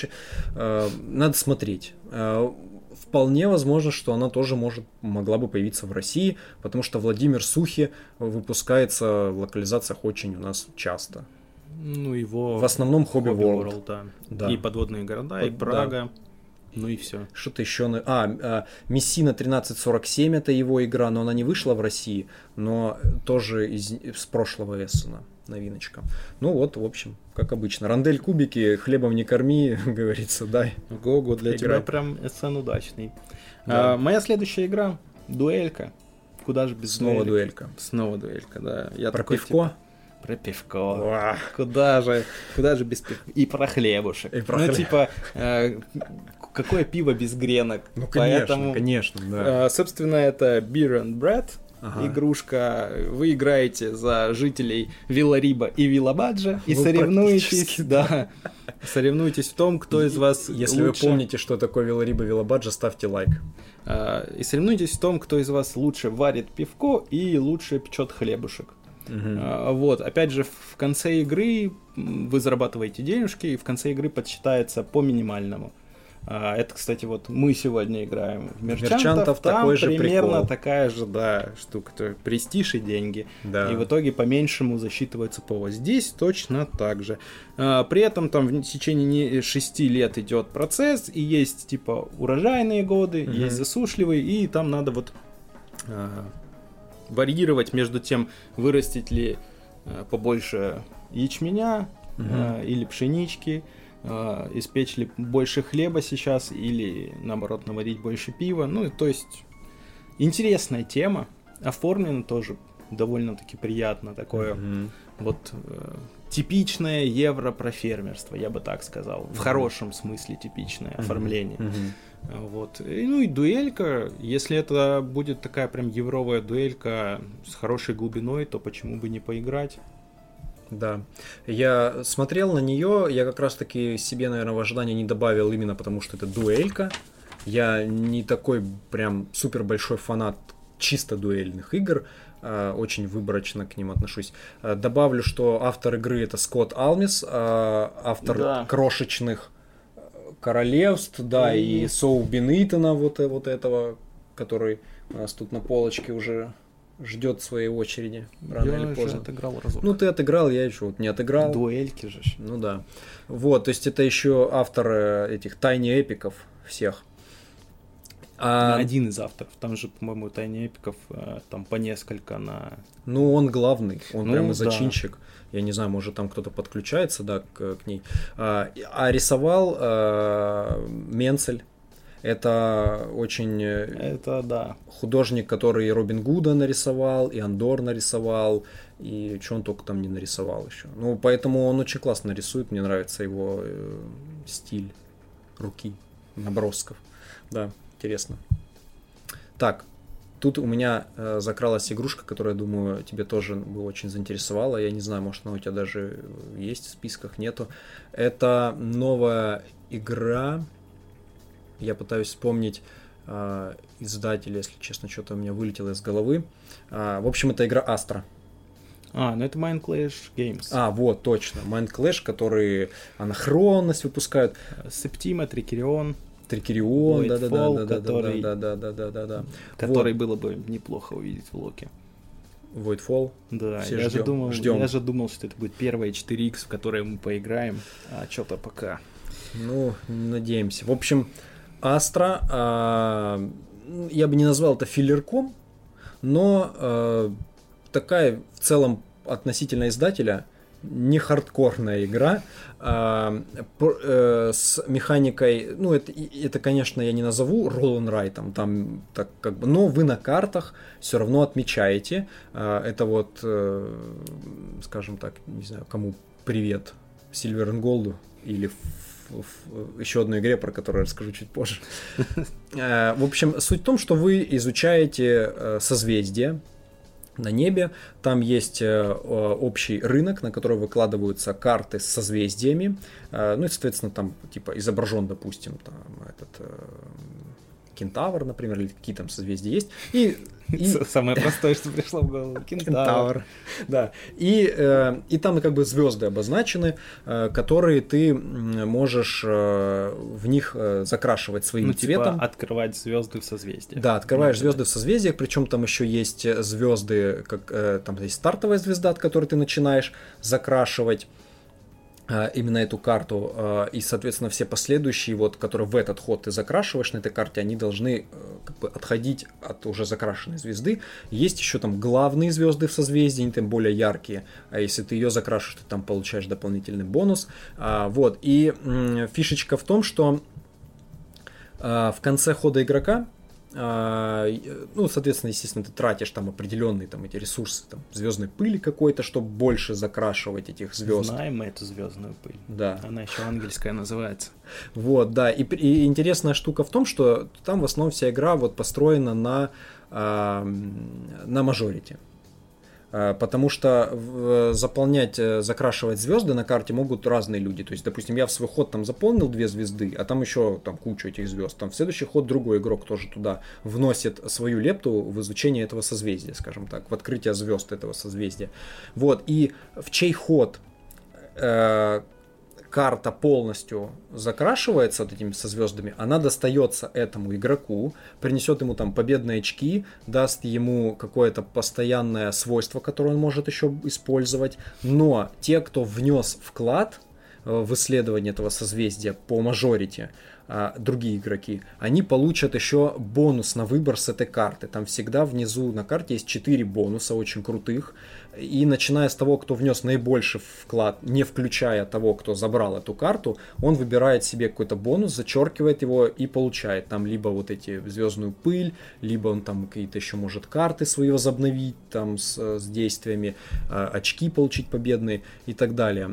надо смотреть. Вполне возможно, что она тоже могла бы появиться в России, потому что Владимир Сухи выпускается в локализациях очень у нас часто. Его в основном Hobby World. Да. И подводные города, и Прага. Да. И все. Что-то еще. Мессина 1347 это его игра, но она не вышла в России, но тоже с прошлого Эссена новиночка. В общем, как обычно. Рандель кубики, хлебом не корми, говорится, дай. Го-го, для тебя прям Эссен удачный. Да. Моя следующая игра — Дуэлька. Куда же без Снова дуэлька. Снова дуэлька, да. Про пивко? Про пивко. Куда же без пивка? И про хлебушек. Типа, какое пиво без гренок? Ну, конечно, да. Собственно, это Beer and Bread. Игрушка. Вы играете за жителей Виллариба и Виллабаджа и соревнуетесь, соревнуетесь в том, кто из вас Если лучше... вы помните, что такое Виллариба и Виллабаджа, ставьте лайк. И соревнуетесь в том, кто из вас лучше варит пивко и лучше печет хлебушек. Вот, опять же, в конце игры вы зарабатываете денежки, и в конце игры подсчитается по минимальному. Это, кстати, вот мы сегодня играем в Мерчантов, там такой же примерно прикол. Такая же, штука, то есть престиж и деньги. Да. И в итоге по меньшему засчитывается ПО. Здесь точно так же. При этом там в течение 6 лет идет процесс, и есть типа урожайные годы, есть засушливые, и там надо вот варьировать между тем, вырастить ли побольше ячменя или пшенички, испечь ли больше хлеба сейчас или, наоборот, наварить больше пива. Ну, то есть, интересная тема. Оформлено тоже довольно-таки приятно. Такое вот типичное евро про фермерство, я бы так сказал. В хорошем смысле типичное оформление. Вот. Ну и дуэлька. Если это будет такая прям евровая дуэлька с хорошей глубиной, то почему бы не поиграть? Да, я смотрел на нее, я как раз таки себе, наверное, в ожидании не добавил именно потому, что это дуэлька. Я не такой прям супер большой фанат чисто дуэльных игр, очень выборочно к ним отношусь. Добавлю, что автор игры это Скотт Алмис, автор крошечных королевств, и Соу Бенитона вот этого, который у нас тут на полочке уже ждет своей очереди рано или поздно. Я отыграл разок. Ну, ты отыграл, я еще вот не отыграл. Дуэльки же. Ну да. Вот, то есть это еще автор этих Тайни Эпиков всех. Один из авторов. Там же, по-моему, Тайни Эпиков там по несколько на... Ну, он главный, он прямо зачинщик. Я не знаю, может там кто-то подключается, к ней. А рисовал Менцель. Это очень художник, который и Робин Гуда нарисовал, и Андор нарисовал, и что он только там не нарисовал еще. Ну, поэтому он очень классно рисует, мне нравится его стиль руки, набросков. Да, интересно. Так, тут у меня закралась игрушка, которая, думаю, тебе тоже бы очень заинтересовала. Я не знаю, может, она у тебя даже есть в списках, нету. Это новая игра... Я пытаюсь вспомнить издателя, если честно, что-то у меня вылетело из головы. В общем, это игра Astra. Ну это Mind Clash Games. Вот, точно. Mind Clash, которые анахронность выпускают. Септима, Трикерион. Трикерион, да. Который было бы неплохо увидеть в локе. Voidfall. Да, все я ждем. же думал, что это будет первая 4X, в которой мы поиграем, а что-то пока. Ну, надеемся. В общем, Astra, я бы не назвал это филлерком, но такая в целом относительно издателя не хардкорная игра с механикой, ну это, конечно, я не назову roll and write, там так как бы, но вы на картах все равно отмечаете. Это вот, скажем так, не знаю, кому привет, Silver and Gold или в еще одной игре, про которую я расскажу чуть позже. В общем, суть в том, что вы изучаете созвездия на небе. Там есть общий рынок, на который выкладываются карты с созвездиями. Ну и, соответственно, там типа изображен, допустим, там этот кентавр, например, или какие там созвездия есть. Самое простое, что пришло в голову. Кентавр. Да. И там как бы звезды обозначены, которые ты можешь в них закрашивать своим цветом. Типа открывать звезды в созвездиях. Да, открываешь звезды в созвездиях, причем там еще есть звезды, там есть стартовая звезда, от которой ты начинаешь закрашивать именно эту карту, и, соответственно, все последующие, вот, которые в этот ход ты закрашиваешь на этой карте, они должны как бы отходить от уже закрашенной звезды. Есть еще там главные звезды в созвездии, они там более яркие, а если ты ее закрашиваешь, ты там получаешь дополнительный бонус. Вот, и фишечка в том, что в конце хода игрока Ну, соответственно, естественно, ты тратишь там определенные там эти ресурсы, там, звездной пыли какой-то, чтобы больше закрашивать этих звезд. Знаем мы эту звездную пыль. Да. Она еще ангельская называется. Вот, да. И интересная штука в том, что там в основном вся игра вот построена на мажорити. Потому что заполнять, закрашивать звезды на карте могут разные люди. То есть, допустим, я в свой ход там заполнил 2 звезды, а там еще там кучу этих звезд. Там в следующий ход другой игрок тоже туда вносит свою лепту в изучение этого созвездия, скажем так, в открытие звезд этого созвездия. Вот, и в чей ход карта полностью закрашивается вот этими созвездами, она достается этому игроку, принесет ему там победные очки, даст ему какое-то постоянное свойство, которое он может еще использовать. Но те, кто внес вклад в исследование этого созвездия по мажорити, другие игроки, они получат еще бонус на выбор с этой карты. Там всегда внизу на карте есть 4 бонуса очень крутых. И начиная с того, кто внес наибольший вклад, не включая того, кто забрал эту карту, он выбирает себе какой-то бонус, зачеркивает его и получает там либо вот эти звездную пыль, либо он там какие-то еще может карты свои возобновить там с действиями, очки получить победные и так далее.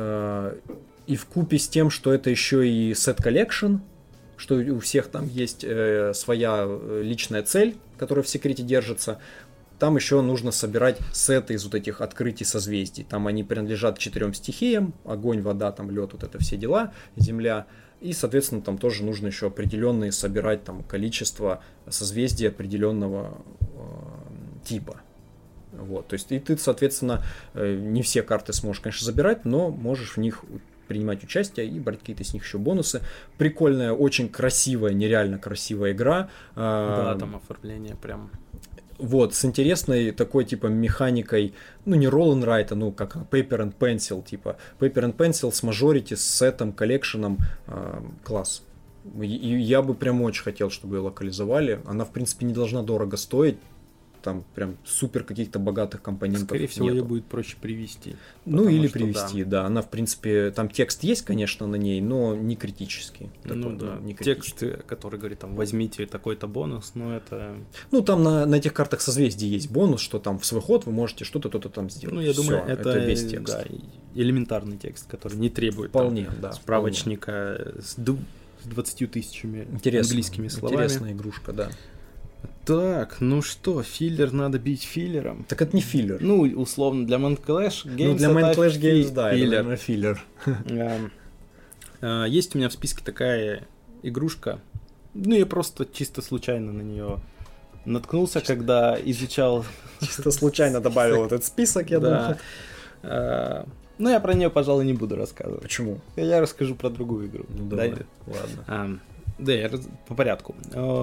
И вкупе с тем, что это еще и set collection, что у всех там есть своя личная цель, которая в секрете держится, там еще нужно собирать сеты из вот этих открытий созвездий. Там они принадлежат 4 стихиям: огонь, вода, там лед, вот это все дела, земля. И, соответственно, там тоже нужно еще определенные собирать там количество созвездий определенного типа. Вот, то есть и ты, соответственно, не все карты сможешь, конечно, забирать, но можешь в них принимать участие и брать какие-то с них еще бонусы. Прикольная, очень красивая, нереально красивая игра. Да, там оформление прям... Вот, с интересной такой, типа, механикой, ну, не roll and write, ну, как paper and pencil, типа, paper and pencil с majority, с сетом, коллекшеном, класс. И я бы прям очень хотел, чтобы ее локализовали. Она, в принципе, не должна дорого стоить. Там прям супер каких-то богатых компонентов. Скорее всего, нету. ее будет проще привести. Ну, или привести, да. Она, в принципе, там текст есть, конечно, на ней, но не критический. Ну, да. Не критический. Текст, который говорит, там, возьмите такой-то бонус, но это... Ну, там на этих картах созвездий есть бонус, что там в свой ход вы можете что-то, то-то там сделать. Ну, я думаю, всё, это весь текст. Да, элементарный текст, который не требует вполне, там, да, справочника с 20 тысячами английскими словами. Интересная игрушка, да. Так, ну что, филлер надо бить филлером. Так это не филлер. Ну, условно, для Mind Clash Games ну, для Mind Clash Games, да, филлер. Это филлер. Есть у меня в списке такая игрушка. Ну, я просто чисто случайно на нее наткнулся, когда изучал... Чисто случайно добавил этот список, я думаю. Ну, я про нее, пожалуй, не буду рассказывать. Почему? Я расскажу про другую игру. Ну, давай, ладно. Да, по порядку.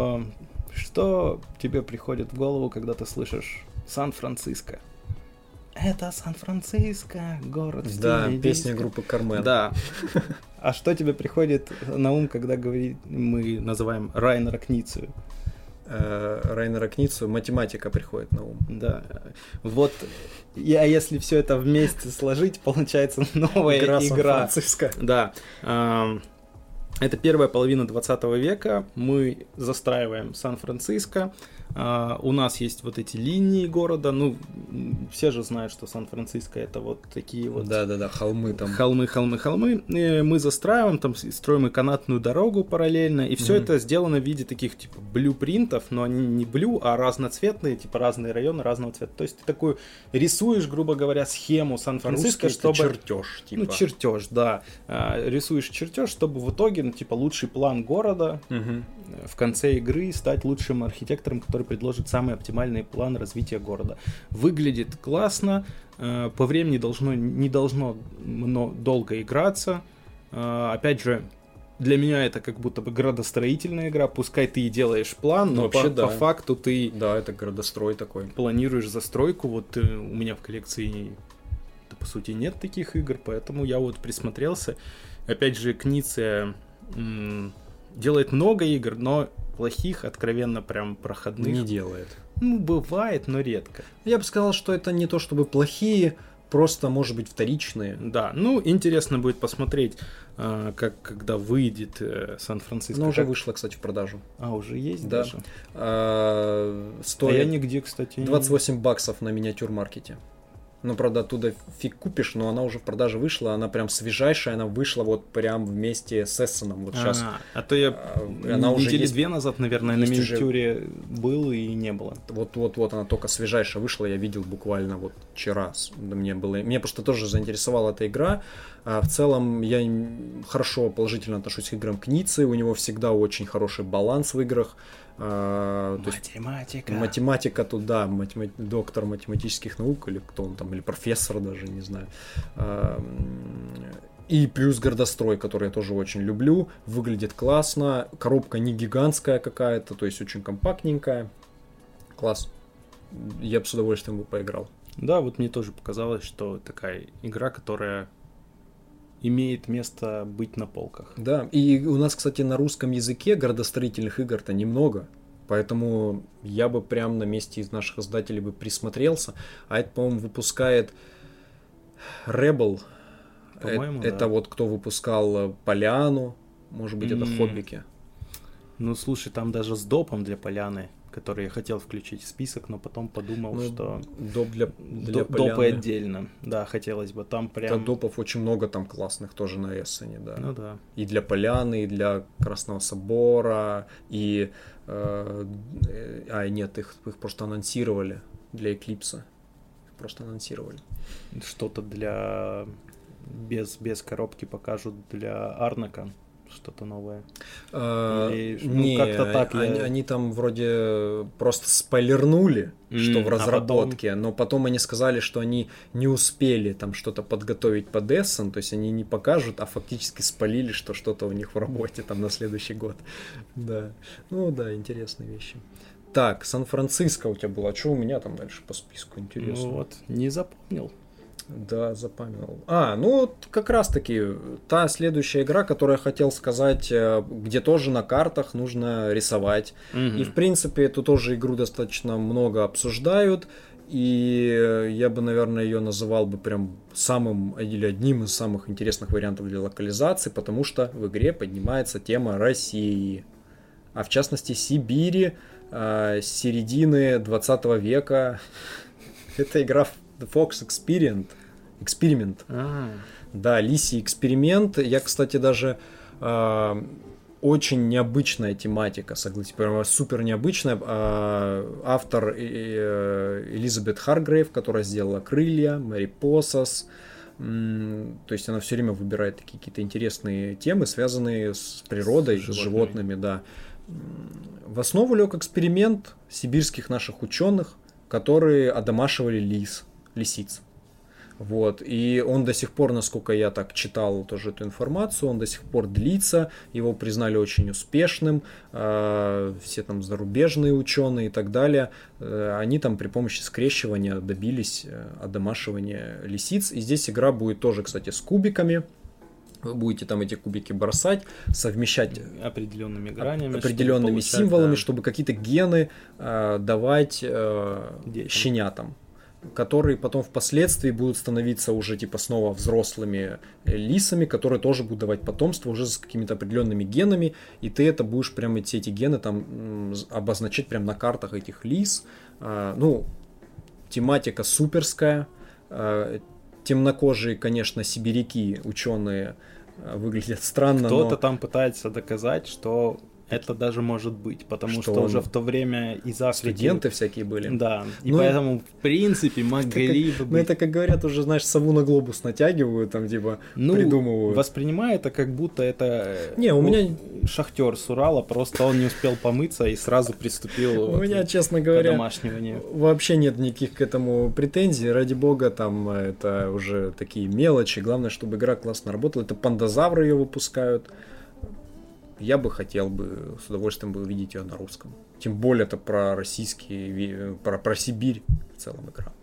Что тебе приходит в голову, когда ты слышишь Сан-Франциско? Это Сан-Франциско, город в Да, стиле песня диско. группы Кармен. Да. А что тебе приходит на ум, когда мы называем Райнера Кницию? Райнера Кницию, математика приходит на ум. Да. Вот, а если все это вместе сложить, получается новая игра. Сан-Франциско. Да. Это первая половина 20 века. Мы застраиваем Сан-Франциско. У нас есть вот эти линии города. Ну, все же знают, что Сан-Франциско это вот такие вот... Да, холмы там. Холмы. И мы застраиваем, там строим и канатную дорогу параллельно. И все это сделано в виде таких, типа, блюпринтов, но они не блю, а разноцветные, типа, разные районы разного цвета. То есть ты такую рисуешь, грубо говоря, схему Сан-Франциско, чтобы... чертеж, типа. Ну, чертеж, да. Рисуешь чертеж, чтобы в итоге, ну, типа, лучший план города в конце игры стать лучшим архитектором, который предложит самый оптимальный план развития города. Выглядит классно, по времени не должно долго играться. Опять же, для меня это как будто бы градостроительная игра, пускай ты и делаешь план, но вообще, по факту ты... Да, это градострой такой. Планируешь застройку, вот у меня в коллекции, по сути, нет таких игр, поэтому я вот присмотрелся. Опять же, Книция делает много игр, но плохих, откровенно прям проходных не делает. Ну, бывает, но редко. Я бы сказал, что это не то чтобы плохие, просто, может быть, вторичные. Да, ну, интересно будет посмотреть, когда выйдет Сан-Франциско. Она уже вышла, кстати, в продажу. Уже есть да. даже? Стоит я нигде, кстати... $28 на миниатюр-маркете. Ну, правда, оттуда фиг купишь, но она уже в продаже вышла, она прям свежайшая, она вышла вот прям вместе с Эссеном вот сейчас. А то я она уже недели есть, 2 назад, наверное, на миниатюре был и не было. Вот, она только свежайшая вышла, я видел буквально вот вчера. Мне просто тоже заинтересовала эта игра. В целом, я хорошо, положительно отношусь к играм Кницы, у него всегда очень хороший баланс в играх. Математика тут, да, доктор математических наук, или кто он там, или профессор даже, не знаю. И плюс городострой, который я тоже очень люблю, выглядит классно, коробка не гигантская какая-то, то есть очень компактненькая. Класс. Я бы с удовольствием бы поиграл. Да, вот мне тоже показалось, что такая игра, которая имеет место быть на полках. Да, и у нас, кстати, на русском языке градостроительных игр-то немного, поэтому я бы прям на месте из наших издателей бы присмотрелся. А это, по-моему, выпускает Rebel. По-моему, это да. вот кто выпускал Поляну, может быть, это Хоббики. Ну, слушай, там даже с допом для Поляны, который я хотел включить в список, но потом подумал, что... Доп для допы отдельно. Да, хотелось бы. Там прям... Допов очень много там классных тоже на Эссене, да. Ну да. И для Поляны, и для Красного Собора, и... нет, их просто анонсировали для Эклипса. Их просто анонсировали. Что-то для... Без коробки покажут для Арнака. Что-то новое. Не, как-то так. Они там вроде просто спойлернули, что в разработке, но потом они сказали, что они не успели там что-то подготовить под Эссен, то есть они не покажут, а фактически спалили, что что-то у них в работе там на следующий год. Да. Ну да, интересные вещи. Так, Сан-Франциско у тебя было. А что у меня там дальше по списку? Интересно. Ну вот, не запомнил. Да, запомнил. Ну как раз-таки та следующая игра, которую я хотел сказать, где тоже на картах нужно рисовать. И в принципе эту тоже игру достаточно много обсуждают. И я бы, наверное, ее называл бы прям самым или одним из самых интересных вариантов для локализации, потому что в игре поднимается тема России. А в частности Сибири с середины 20 века. Это игра The Fox Experiment. Да, Лисий эксперимент. Я, кстати, даже очень необычная тематика, согласитесь, прямо супер необычная. Автор Элизабет Харгрейв, которая сделала «Крылья», «Марипосас». То есть она все время выбирает такие какие-то интересные темы, связанные с природой, с животными, да. В основу лег эксперимент сибирских наших ученых, которые одомашивали лисиц. Вот. И он до сих пор, насколько я так читал тоже эту информацию, он до сих пор длится, его признали очень успешным, все там зарубежные ученые и так далее, они там при помощи скрещивания добились одомашивания лисиц. И здесь игра будет тоже, кстати, с кубиками. Вы будете там эти кубики бросать, совмещать определенными гранями, определенными символами, чтобы какие-то гены давать щенятам, которые потом впоследствии будут становиться уже типа снова взрослыми лисами, которые тоже будут давать потомство уже с какими-то определенными генами, и ты это будешь прям эти гены там обозначать прям на картах этих лис. Тематика суперская. Темнокожие, конечно, сибиряки, ученые, выглядят странно. Кто-то там пытается доказать, что это даже может быть, потому что уже в то время из Африки... Студенты всякие были. Да, и поэтому, в принципе, могли бы быть... это, как говорят, уже, знаешь, сову на глобус натягивают, там, типа, придумывают. Воспринимаю это, как будто это... Не, у меня... Шахтер с Урала, просто он не успел помыться и сразу приступил у меня, честно говоря, к домашнему. Вообще нет никаких к этому претензий, ради бога, там, это уже такие мелочи, главное, чтобы игра классно работала, это Пандазавры ее выпускают. Я бы хотел бы с удовольствием бы увидеть ее на русском. Тем более это про российские, про Сибирь в целом игра.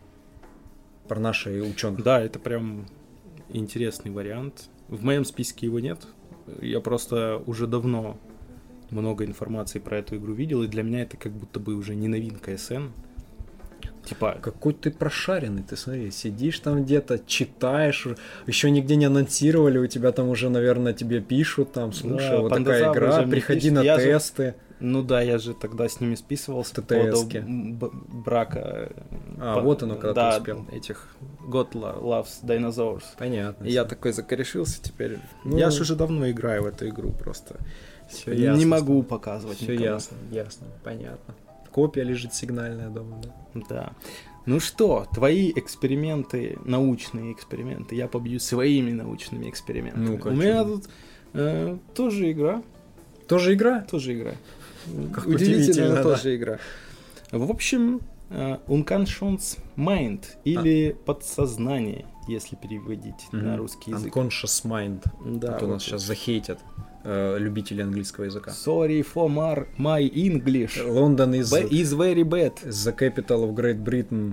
Про наши ученых. Да, это прям интересный вариант. В моем списке его нет. Я просто уже давно много информации про эту игру видел, и для меня это как будто бы уже не новинка СН. Типа... Какой ты прошаренный, ты смотри, сидишь там где-то, читаешь, еще нигде не анонсировали, у тебя там уже, наверное, тебе пишут, там, слушай, Да, вот такая игра, приходи на тесты. Ну да, я же тогда с ними списывался по поводу брака. Вот оно, когда ты успел. Этих God Loves Dinosaurs. Понятно. И я такой закорешился теперь. Я же уже давно играю в эту игру просто. Все ясно. Не могу показывать никому. Все ясно, понятно. Копия лежит сигнальная дома, да? Да. Ну что, твои эксперименты, научные эксперименты, я побью своими научными экспериментами. Ну-ка, у меня тут тоже игра. Тоже игра? Тоже игра. Как удивительно, да. тоже игра. В общем, Unconscious Mind или подсознание, если переводить на русский язык. Unconscious Mind. Да. А то нас сейчас захейтят любители английского языка. Sorry for my English. London is very bad. The capital of Great Britain.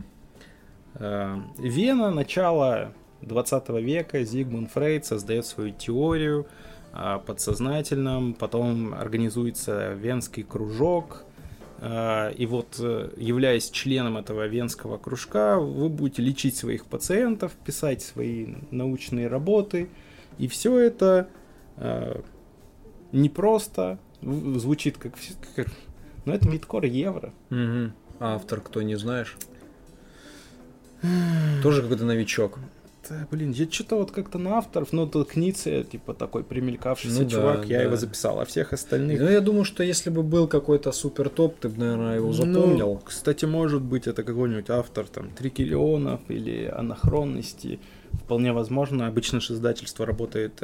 Вена, начало 20 века, Зигмунд Фрейд создает свою теорию о подсознательном, потом организуется Венский кружок, и вот, являясь членом этого Венского кружка, вы будете лечить своих пациентов, писать свои научные работы, и все это непросто, звучит как... Но это Мидкор Евро. Угу. А автор, кто, не знаешь? Тоже какой-то новичок. Да, блин, я что-то вот как-то на авторов, ну, тут Книце, типа, такой примелькавшийся чувак, я его записал, а всех остальных... Ну, я думаю, что если бы был какой-то супер топ, ты бы, наверное, его запомнил. Ну, кстати, может быть, это какой-нибудь автор, там, Трикиллионов или Анахронности, вполне возможно, обычно же издательство работает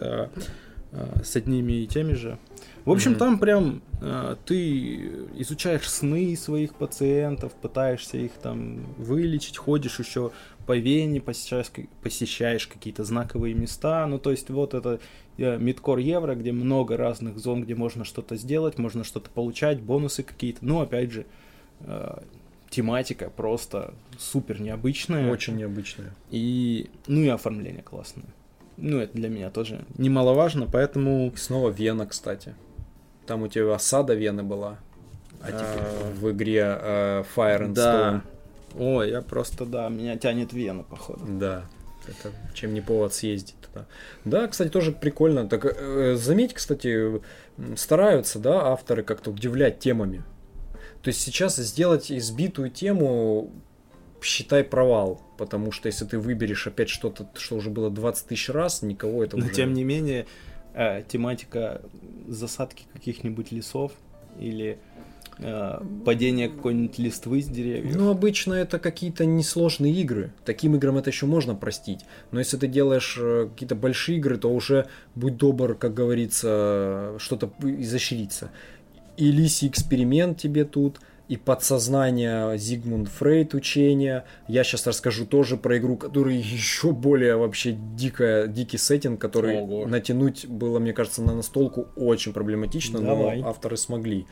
с одними и теми же. В общем, там прям ты изучаешь сны своих пациентов, пытаешься их там вылечить, ходишь еще по Вене, посещаешь какие-то знаковые места. Ну, то есть, вот это Мидкор Евро, где много разных зон, где можно что-то сделать, можно что-то получать, бонусы какие-то. Ну, опять же, тематика просто супер необычная. Очень необычная. И, ну, и оформление классное. Ну, это для меня тоже немаловажно, поэтому... И снова Вена, кстати. Там у тебя осада Вены была, а теперь в игре Fire and Stone. Ой, я просто, меня тянет Вена, походу. Да, это чем не повод съездить туда. Да, кстати, тоже прикольно. Так, заметь, кстати, стараются, да, авторы как-то удивлять темами. То есть сейчас сделать избитую тему, считай, провал. Потому что если ты выберешь опять что-то, что уже было 20 тысяч раз, никого это уже... Но тем не менее, тематика засадки каких-нибудь лесов или падение какой-нибудь листвы с деревьев. Ну, обычно это какие-то несложные игры. Таким играм это еще можно простить. Но если ты делаешь какие-то большие игры, то уже будь добр, как говорится, что-то изощриться. И лисий эксперимент тебе тут, и подсознание Зигмунд Фрейд учения. Я сейчас расскажу тоже про игру, которая еще более вообще дикий сеттинг, который натянуть было, мне кажется, на настолку очень проблематично, но авторы смогли.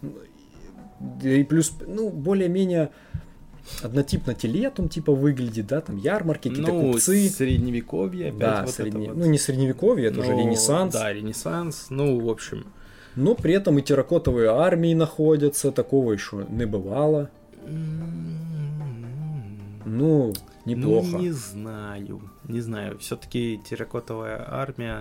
И плюс, ну, более-менее однотипно телетум типа выглядит, да, там ярмарки, какие-то купцы. Средневековье, опять да, вот это вот. Ну, не средневековье, это уже Ренессанс. Да, Ренессанс, ну, в общем... Но при этом и терракотовые армии находятся, такого еще не бывало. Ну, неплохо. Ну, не знаю. Все-таки терракотовая армия...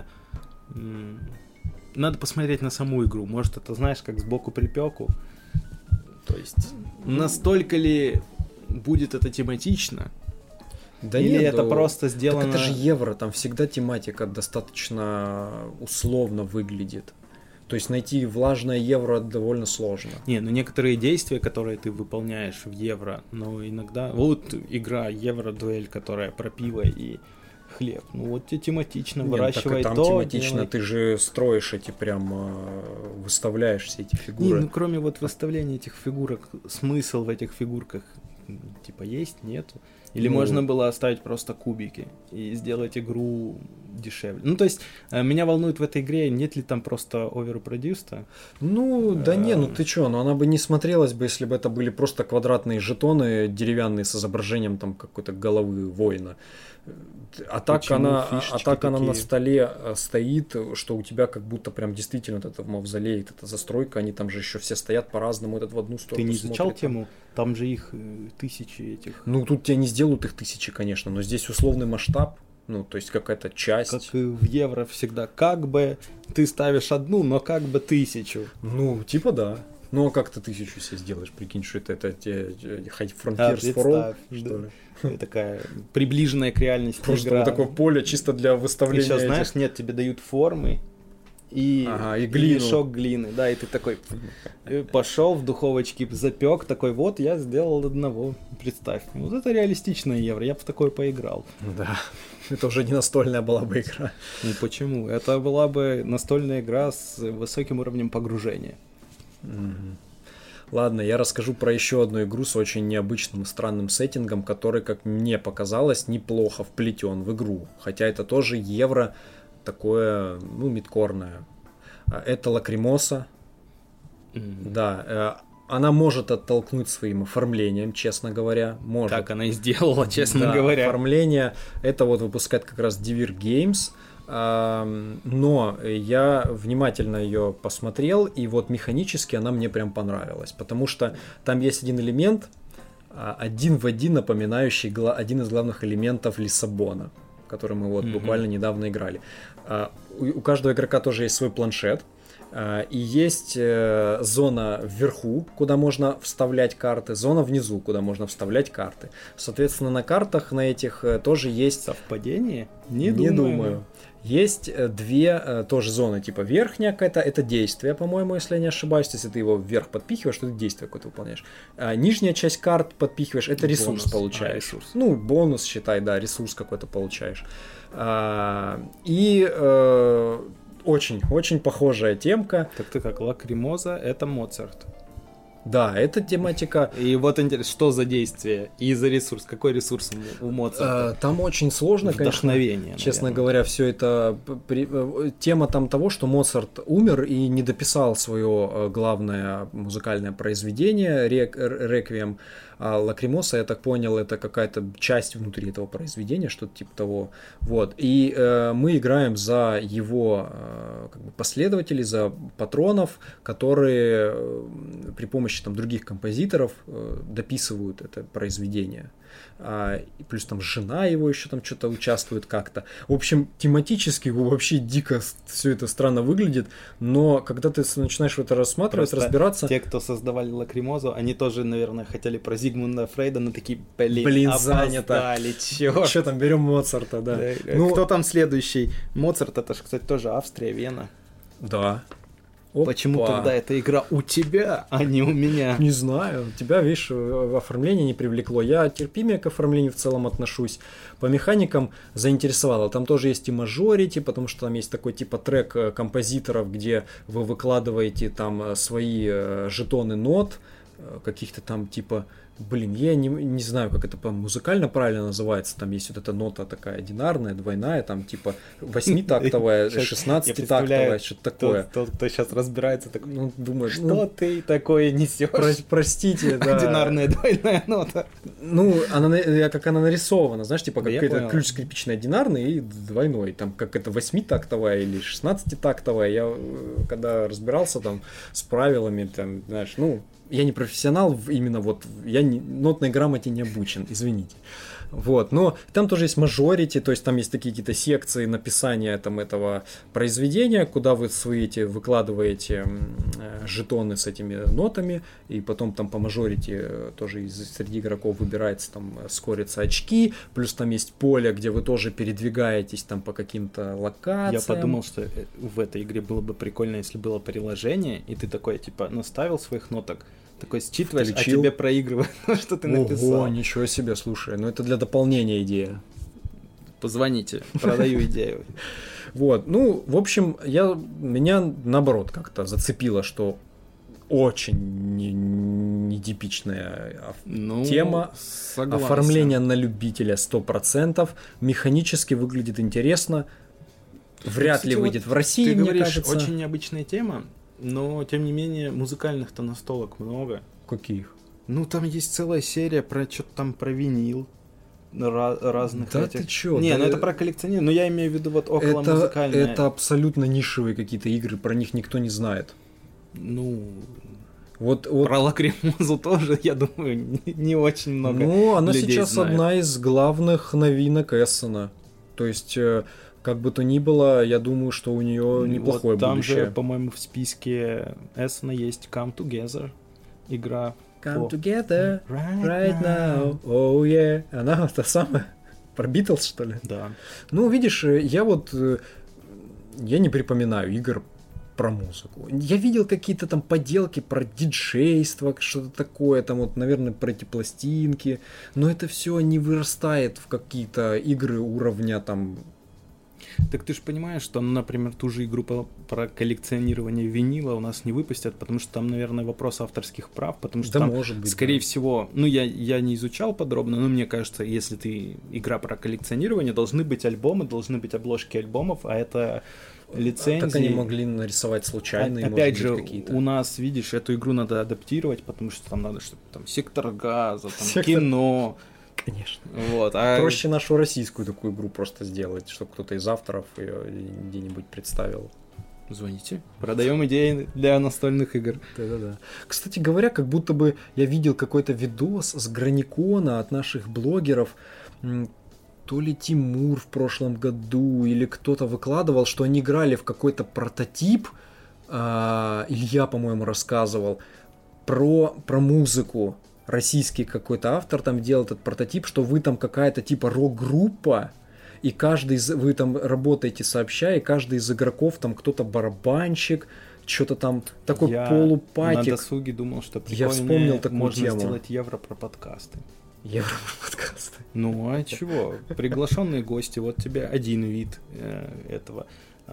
Надо посмотреть на саму игру. Может, это, знаешь, как сбоку припеку. То есть, настолько ли будет это тематично? Да или нет, это просто сделано... Так это же евро, там всегда тематика достаточно условно выглядит. То есть найти влажное евро довольно сложно. Не, ну некоторые действия, которые ты выполняешь в евро, но иногда... Вот игра Евро-дуэль, которая про пиво и хлеб. Ну вот тебе тематично, выращивай там то. тематично, делай... ты же строишь эти прям, выставляешь все эти фигуры. Не, ну кроме вот выставления этих фигурок, смысл в этих фигурках типа есть, нет? Или можно было оставить просто кубики и сделать игру дешевле. Ну, то есть, меня волнует в этой игре, нет ли там просто оверпродюста. Ну, да не, ну ты чё, ну она бы не смотрелась бы, если бы это были просто квадратные жетоны деревянные с изображением там какой-то головы воина. А так она на столе стоит, что у тебя как будто прям действительно вот это в мавзолее, вот эта застройка, они там же еще все стоят по-разному, этот в одну сторону. Ты не изучал тему? Там же их тысячи этих. Ну, тут тебе не сделают их тысячи, конечно, но здесь условный масштаб, ну, то есть какая-то часть. Как и в евро всегда, как бы ты ставишь одну, но как бы 1000. Ну, типа да. Ну, а как ты 1000 себе сделаешь? Прикинь, что это тебе Frontiers for All, что ли? Такая приближенная к реальности просто игра. вот такое поле чисто для выставления. Ты сейчас знаешь, нет, тебе дают формы и мешок глины. Да, и ты такой пошел в духовочке, запек, такой, вот я сделал одного. Представь. Вот это реалистичное евро, я бы в такое поиграл. Да, это уже не настольная была бы игра. Ну почему? Это была бы настольная игра с высоким уровнем погружения. Ладно, я расскажу про еще одну игру с очень необычным и странным сеттингом, который, как мне показалось, неплохо вплетен в игру. Хотя это тоже евро такое, ну, мидкорное. Это Лакримоса. Да, она может оттолкнуть своим оформлением, честно говоря. Может. Так она и сделала, честно да, говоря. Оформление, это вот выпускает как раз Devir Games. Но я внимательно ее посмотрел, и вот механически она мне прям понравилась, потому что там есть один элемент, один в один напоминающий один из главных элементов Лиссабона, который мы вот буквально недавно играли. У каждого игрока тоже есть свой планшет, и есть зона вверху, куда можно вставлять карты, зона внизу, куда можно вставлять карты. Соответственно, на картах на этих тоже есть... Совпадение? Не думаю. Есть две тоже зоны, типа верхняя какая-то, это действие, по-моему, если я не ошибаюсь, если ты его вверх подпихиваешь, то ты действие какое-то выполняешь. А нижняя часть карт подпихиваешь, это ресурс бонус получаешь. Ресурс. Ну, бонус, считай, да, ресурс какой-то получаешь. Очень похожая темка. Так ты как, Лакримоза, это Моцарт. Да, это тематика. И вот интересно, что за действие и за ресурс? Какой ресурс у Моцарта? Там очень сложно, вдохновение, конечно. Честно говоря, все это... Тема там того, что Моцарт умер и не дописал свое главное музыкальное произведение, Реквием. А Лакримоса, я так понял, это какая-то часть внутри этого произведения, что-то типа того. Вот. И мы играем за его как бы последователей, за патронов, которые при помощи там других композиторов дописывают это произведение. И плюс там жена его еще там что-то участвует как-то. В общем, тематически вообще дико все это странно выглядит, но когда ты начинаешь это рассматривать, просто разбираться... Те, кто создавали Лакримозу, они тоже, наверное, хотели про Зигмунда Фрейда, но такие, занято. Чёрт. Что там, берем Моцарта, да. Ну, кто там следующий? Моцарт, это же, кстати, тоже Австрия, Вена. Да. Опа. Почему тогда эта игра у тебя, а не у меня? Не знаю. Тебя, видишь, оформление не привлекло. Я терпимее к оформлению в целом отношусь. По механикам заинтересовало. Там тоже есть и мажорити, потому что там есть такой типа трек композиторов, где вы выкладываете там свои жетоны нот, каких-то там типа... Блин, я не знаю, как это музыкально правильно называется. Там есть вот эта нота такая одинарная, двойная, там типа 8-тактовая, 16-тактовая, что-то такое. Тот, кто сейчас разбирается, такой, ну, думает, что ты такое несешь? Простите, да. Одинарная, двойная нота. Ну, как она нарисована, знаешь, типа какой-то ключ скрипичный одинарный и двойной. Там как это 8-тактовая или 16-тактовая. Я когда разбирался там с правилами, там, знаешь, ну... Я не профессионал, именно вот, я нотной грамоте не обучен, извините. Вот, но там тоже есть мажорити, то есть там есть такие какие-то секции написания там этого произведения, куда вы свои эти выкладываете жетоны с этими нотами, и потом там по мажорити тоже среди игроков выбирается там скорятся очки, плюс там есть поле, где вы тоже передвигаетесь там по каким-то локациям. Я подумал, что в этой игре было бы прикольно, если было приложение, и ты такой типа наставил своих ноток, такой считываешь, а тебе проигрывает, что ты написал. Ого, ничего себе, слушай, ну это для дополнения идея. Позвоните, продаю идею. Вот, ну, в общем, меня наоборот как-то зацепило, что очень нетипичная тема. Согласен. Оформление на любителя 100%. Механически выглядит интересно. Вряд ли выйдет в России, мне мне кажется. кажется. Очень необычная тема, но тем не менее музыкальных-то настолок много. Каких? Ну, там есть целая серия про что-то там про винил. Разных да этих. Ты чё? Не, да ну это про коллекционирование. Но я имею в виду вот около музыкальные. Это абсолютно нишевые какие-то игры, про них никто не знает. Ну, вот. Про Лакримозу тоже, я думаю, не очень много. Ну, она людей сейчас знает. одна из главных новинок Эссена. То есть, как бы то ни было, я думаю, что у нее неплохое вот там будущее. же, по-моему, в списке Эссена есть Come Together игра. Come together right now, oh yeah. Она та самая, про Битлз, что ли? Да. Ну, видишь, я не припоминаю игр про музыку. Я видел какие-то там поделки про диджейство, что-то такое, там вот, наверное, про эти пластинки, но это все не вырастает в какие-то игры уровня там... Так ты же понимаешь, что, например, ту же игру про коллекционирование винила у нас не выпустят, потому что там, наверное, вопрос авторских прав, потому что да, там, может быть, скорее всего, ну, я не изучал подробно, но мне кажется, если ты игра про коллекционирование, должны быть альбомы, должны быть обложки альбомов, а это лицензии. Так они могли нарисовать случайные, опять может же, быть, какие-то. У нас, видишь, эту игру надо адаптировать, потому что там надо, чтобы там сектор газа, там Сектор... кино. Конечно. Вот, проще нашу российскую такую игру просто сделать, чтобы кто-то из авторов ее где-нибудь представил. Звоните. Продаем идеи для настольных игр. Да. Кстати говоря, как будто бы я видел какой-то видос с Граникона от наших блогеров. То ли Тимур в прошлом году, или кто-то выкладывал, что они играли в какой-то прототип. Илья, по-моему, рассказывал про музыку. Российский какой-то автор там делал этот прототип, что вы там какая-то типа рок-группа, и вы там работаете сообща, и каждый из игроков там кто-то барабанщик, что-то там такой полупатик. Я на досуге думал, что я вспомнил такую можно тему. сделать евро про подкасты. Евро про подкасты. Ну а чего? Приглашенные гости, вот тебе один вид этого.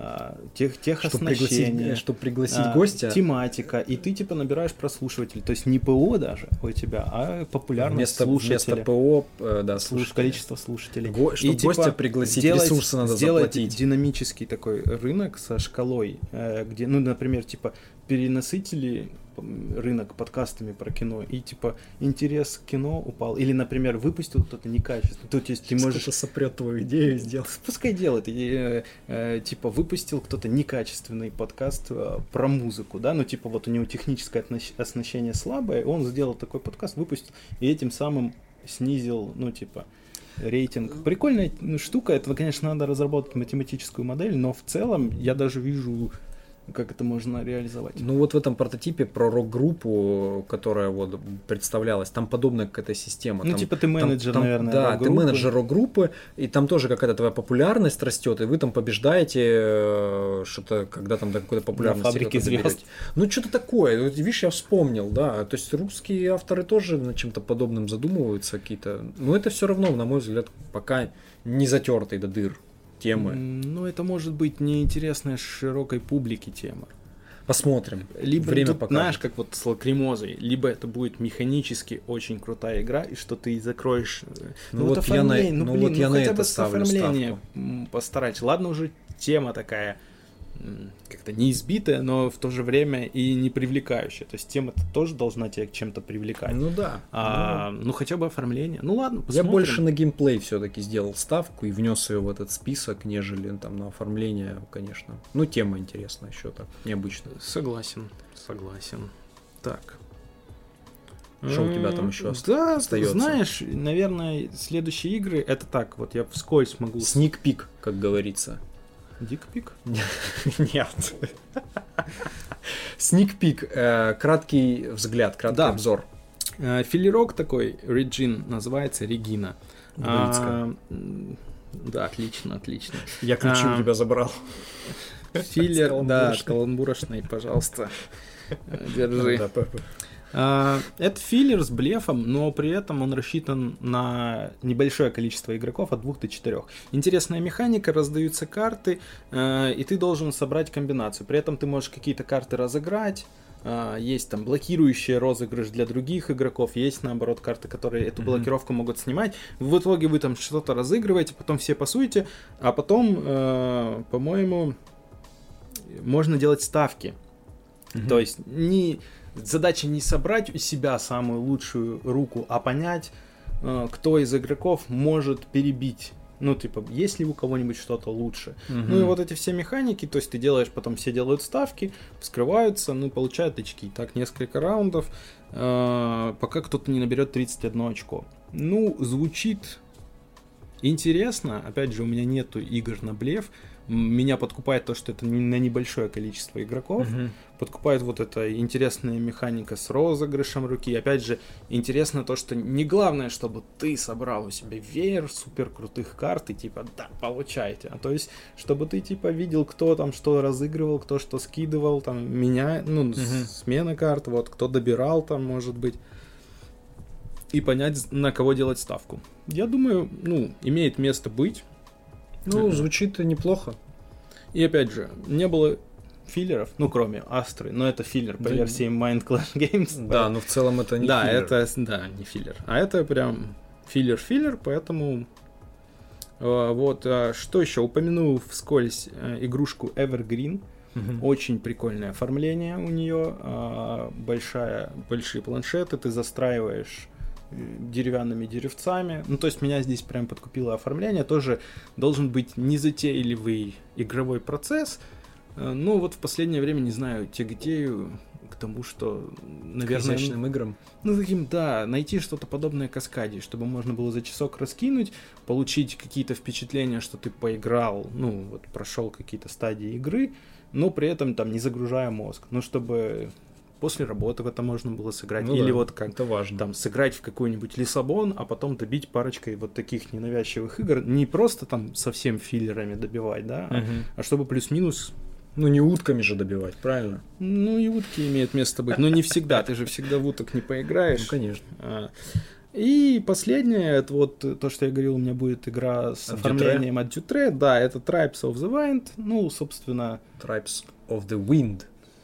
Тех оснащения, чтобы пригласить гостя. Тематика, и ты типа набираешь прослушивателей, то есть не ПО даже у тебя, а популярность слушателя. Вместо ПО, да, количество слушателей. Чтобы гостя пригласить, ресурсы надо заплатить. Динамический такой рынок со шкалой, где, ну, например, типа перенасытили рынок подкастами про кино, и типа интерес к кино упал, или, например, выпустил кто-то некачественно, то есть ты можешь... Кто-то сопрет твою идею сделать. Пускай делает, типа выпустил кто-то некачественный подкаст про музыку, да, ну типа вот у него техническое оснащение слабое, он сделал такой подкаст, выпустил, и этим самым снизил, ну типа рейтинг. Прикольная штука, это, конечно, надо разработать математическую модель, но в целом я даже вижу, как это можно реализовать. Ну вот в этом прототипе про рок-группу, которая вот представлялась, там подобная какая-то система. Ну там, типа ты менеджер, наверное, да, рок-группы. Ты менеджер рок-группы, и там тоже какая-то твоя популярность растет, и вы там побеждаете что-то, когда там до какой-то популярности. На фабрике звезд. Ну что-то такое, видишь, я вспомнил, да. То есть русские авторы тоже над чем-то подобным задумываются какие-то. Но это все равно, на мой взгляд, пока не затертый до дыр темы. Ну, это может быть неинтересная широкой публике тема. Посмотрим. Либо время тут, покажет. знаешь, как вот с Лакримозой, либо это будет механически очень крутая игра, и что ты закроешь. Ну вот я на хотя бы с ставлю оформлением ставку. постарайся. Ладно, уже тема такая как-то не избитая, но в то же время и не привлекающая. То есть тема-то тоже должна тебя к чем-то привлекать. Ну да. Ну хотя бы оформление. Ну ладно, посмотрим. Я больше на геймплей все-таки сделал ставку и внес ее в этот список, нежели там на оформление, конечно. Ну, тема интересная еще так, необычная. Согласен. Так. Что у тебя там еще да, остается? Знаешь, наверное, следующие игры это так, вот я вскользь могу... Sneak peek, как говорится. Дикпик? Нет. Sneak peek, краткий взгляд, краткий обзор. Филерок такой, Regine, называется Регина. Да, отлично. Я ключи у тебя забрал. Филлер, да, каламбурошный, пожалуйста. Держи. Это филлер с блефом, но при этом он рассчитан на небольшое количество игроков от 2 до 4. Интересная механика, раздаются карты, и ты должен собрать комбинацию. При этом ты можешь какие-то карты разыграть, есть там блокирующие розыгрыш для других игроков, есть наоборот карты, которые эту блокировку могут снимать. В итоге вы там что-то разыгрываете, потом все пасуете, а потом, по-моему, можно делать ставки. То есть задача не собрать у себя самую лучшую руку, а понять, кто из игроков может перебить. Ну, типа, есть ли у кого-нибудь что-то лучше? Ну, и вот эти все механики, то есть ты делаешь, потом все делают ставки, вскрываются, ну, получают очки. Так, несколько раундов, пока кто-то не наберет 31 очко. Ну, звучит интересно. Опять же, у меня нету игр на блеф. Меня подкупает то, что это на небольшое количество игроков. Подкупает вот эта интересная механика с розыгрышем руки. Опять же, интересно то, что не главное, чтобы ты собрал у себя веер супер крутых карт и типа, да, получайте. А то есть, чтобы ты типа видел, кто там что разыгрывал, кто что скидывал, там, смена карт, вот, кто добирал там, может быть. И понять, на кого делать ставку. Я думаю, имеет место быть. Ну, звучит неплохо. И опять же, не было филлеров, кроме Астры, но это филлер по версии Mind Clash Games. Да, но в целом это не филлер. Не филлер. А это прям филлер, поэтому... Вот, что еще? Упомяну вскользь игрушку Evergreen. Очень прикольное оформление у нее. Большие планшеты, ты застраиваешь деревянными деревцами. Ну, то есть меня здесь прям подкупило оформление. Тоже должен быть незатейливый игровой процесс. Ну, вот в последнее время, не знаю, тяготею к тому, что, наверное... К изящным играм. Ну, таким, да, найти что-то подобное каскаде, чтобы можно было за часок раскинуть, получить какие-то впечатления, что ты поиграл, прошел какие-то стадии игры, но при этом там не загружая мозг. Ну, чтобы... После работы в это можно было сыграть. Или вот как это важно. Там сыграть в какой-нибудь Лиссабон, а потом добить парочкой вот таких ненавязчивых игр. Не просто там совсем филлерами добивать, да, а чтобы плюс-минус... Ну, не утками же добивать, правильно? Ну, и утки имеют место быть. Но не всегда. Ты же всегда в уток не поиграешь. Ну, конечно. И последнее, это вот то, что я говорил, у меня будет игра с оформлением от Dutre. Да, это Tribes of the Wind. Ну, собственно... Tribes of the Wind.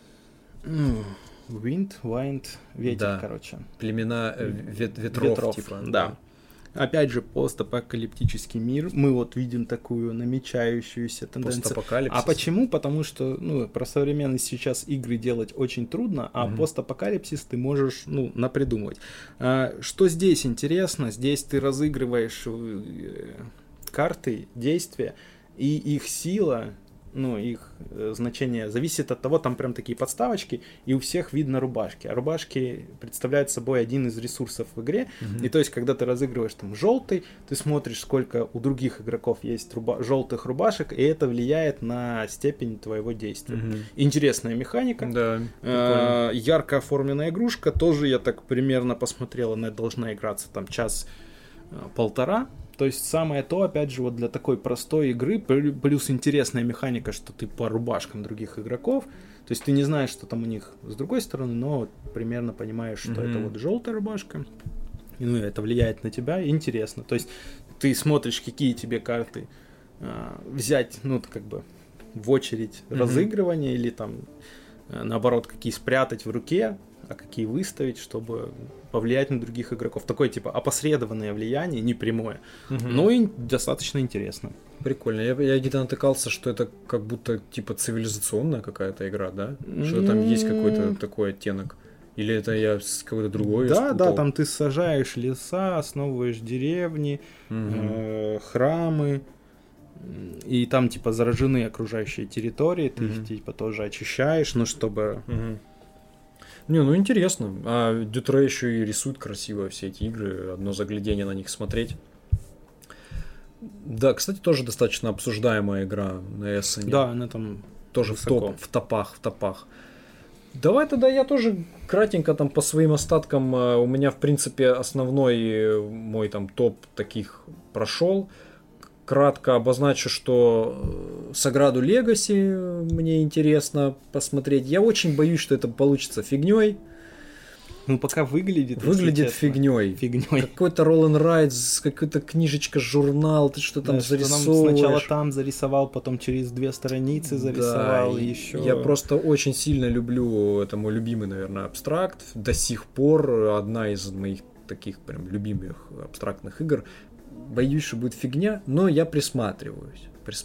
Wind, ветер, да. Короче. Племена ветров, типа. Да. Опять же, постапокалиптический мир. Мы вот видим такую намечающуюся тенденцию. Постапокалипсис. А почему? Потому что, про современные сейчас игры делать очень трудно, а постапокалипсис ты можешь, напридумывать. Что здесь интересно? Здесь ты разыгрываешь карты, действия, и их сила... их значение зависит от того, там прям такие подставочки, и у всех видно рубашки. А рубашки представляют собой один из ресурсов в игре. И то есть, когда ты разыгрываешь там желтый, ты смотришь, сколько у других игроков есть желтых рубашек, и это влияет на степень твоего действия. Интересная механика. Да, ярко оформленная игрушка. Тоже я так примерно посмотрел, она должна играться там час-полтора. То есть самое то, опять же, вот для такой простой игры, плюс интересная механика, что ты по рубашкам других игроков, то есть ты не знаешь, что там у них с другой стороны, но примерно понимаешь, что это вот желтая рубашка, и, это влияет на тебя, интересно. То есть ты смотришь, какие тебе карты взять, в очередь разыгрывания, или там, наоборот, какие спрятать в руке, а какие выставить, чтобы повлиять на других игроков. Такое, типа, опосредованное влияние, не прямое. Но и достаточно интересно. Прикольно. Я где-то натыкался, что это как будто, типа, цивилизационная какая-то игра, да? Что там есть какой-то такой оттенок. Или это я с какой-то другой спутал? Да, там ты сажаешь леса, основываешь деревни, храмы, и там, типа, заражены окружающие территории, ты их, типа, тоже очищаешь, чтобы... Интересно. А Dutre еще и рисует красиво все эти игры, одно заглядение на них смотреть. Да, кстати, тоже достаточно обсуждаемая игра на Эссене. Да, она там тоже в топах. Давай тогда я тоже кратенько там по своим остаткам. У меня, в принципе, основной мой там топ таких прошел. Кратко обозначу, что Саграду Легаси мне интересно посмотреть. Я очень боюсь, что это получится фигней. Ну, пока выглядит фигней. Какой-то Roll and Ride, какая-то книжечка, журнал, ты что там зарисовываешь. Сначала там зарисовал, потом через 2 страницы зарисовал, да, еще. Я просто очень сильно люблю, это мой любимый, наверное, абстракт. До сих пор одна из моих таких прям любимых абстрактных игр. Боюсь, что будет фигня, но я присматриваюсь.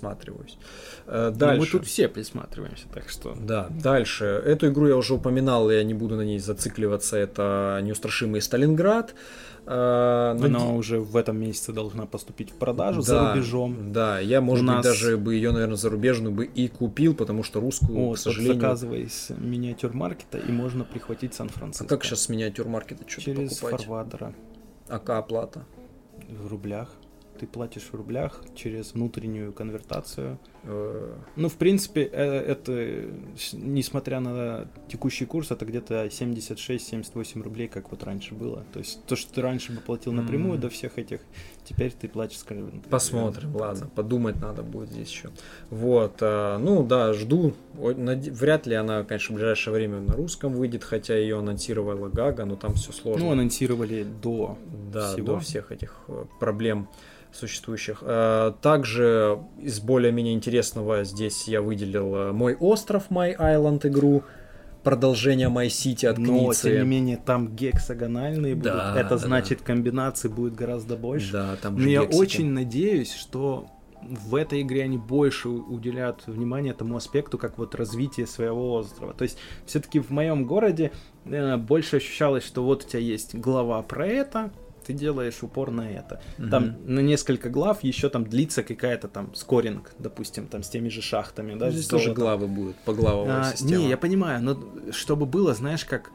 Дальше. Мы тут все присматриваемся, так что... Да, дальше. Эту игру я уже упоминал, я не буду на ней зацикливаться. Это «Неустрашимый Сталинград». Она уже в этом месяце должна поступить в продажу за рубежом. Да, я, может быть, даже бы ее, наверное, зарубежную бы и купил, потому что русскую, к сожалению... заказывай с миниатюр-маркета, и можно прихватить Сан-Франциско. А как сейчас с миниатюр-маркета что-то покупать? Через форвардера. А какая оплата? В рублях. Ты платишь в рублях через внутреннюю конвертацию. Ну, в принципе, это, несмотря на текущий курс, это где-то 76-78 рублей, как вот раньше было. То есть то, что ты раньше бы платил напрямую до всех этих, теперь ты платишь, скажем... Посмотрим, ладно, подумать надо будет здесь еще. Вот, ну да, жду. Вряд ли она, конечно, в ближайшее время на русском выйдет, хотя ее анонсировала Гага, но там все сложно. Ну, анонсировали до всего. До всех этих проблем существующих. Также из более-менее интересного здесь я выделил «Мой остров», My Island игру, продолжение My City от Knizia. Но, тем не менее, там гексагональные будут. Это значит, комбинаций будет гораздо больше. Да, там же я очень надеюсь, что в этой игре они больше уделяют внимание тому аспекту, как вот развитие своего острова. То есть, все-таки в моем городе больше ощущалось, что вот у тебя есть глава про это, ты делаешь упор на это. Там на несколько глав еще там длится какая-то там скоринг, допустим, там с теми же шахтами. Да, здесь тоже главы будут, поглавовая система. Не, я понимаю, но чтобы было, знаешь, как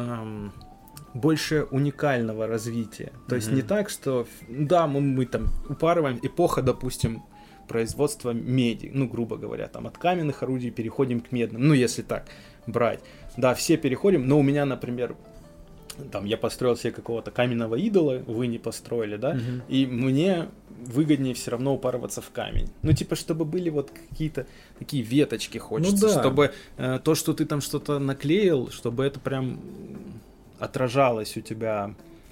больше уникального развития. То есть не так, что, да, мы там упарываем, эпоха, допустим, производства меди, ну, грубо говоря, там от каменных орудий переходим к медным, ну, если так брать. Да, все переходим, но у меня, например, там я построил себе какого-то каменного идола, вы не построили, да, и мне выгоднее все равно упарываться в камень. Ну, типа, чтобы были вот какие-то такие веточки хочется, ну, да. Чтобы то, что ты там что-то наклеил, чтобы это прям отражалось у тебя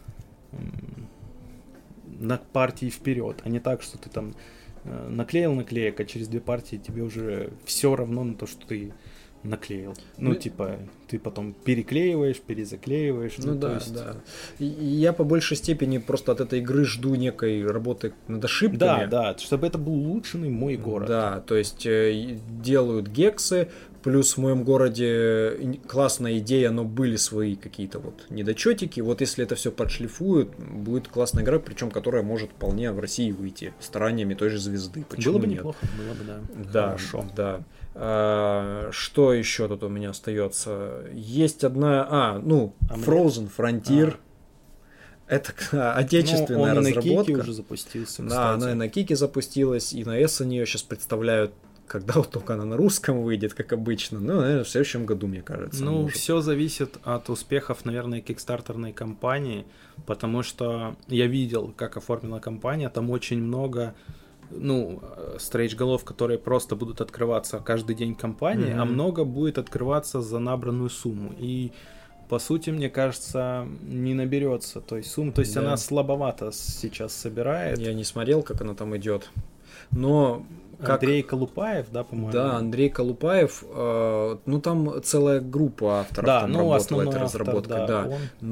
на партии вперед, а не так, что ты там наклеил наклеек, а через 2 партии тебе уже все равно на то, что ты наклеил. Ну, типа, ты потом переклеиваешь, перезаклеиваешь. Ну да, есть... да. И я по большей степени просто от этой игры жду некой работы над ошибками. Да, чтобы это был улучшенный мой город. Да, то есть делают гексы, плюс в моем городе классная идея, но были свои какие-то вот недочетики. Вот если это все подшлифуют, будет классная игра, причем которая может вполне в России выйти стараниями той же Звезды. Почему было бы нет? Неплохо, было бы, да. Да, хорошо. Да. Что еще тут у меня остается? Есть одна... Frozen Frontier. Это отечественная разработка. На Кике уже запустился, кстати. Да, она и на Кике запустилась, и на S они ее сейчас представляют, когда вот только она на русском выйдет, как обычно. Ну, наверное, в следующем году, мне кажется. Ну, все зависит от успехов, наверное, кикстартерной кампании, потому что я видел, как оформлена кампания, там очень много... стрейч-голов, которые просто будут открываться каждый день кампании, а много будет открываться за набранную сумму. И, по сути, мне кажется, не наберется той суммы. То есть она слабовато сейчас собирает. Я не смотрел, как она там идет. Но... Андрей Колупаев, да, по-моему? Да, Андрей Колупаев. Там целая группа авторов там работала этой разработкой. Да.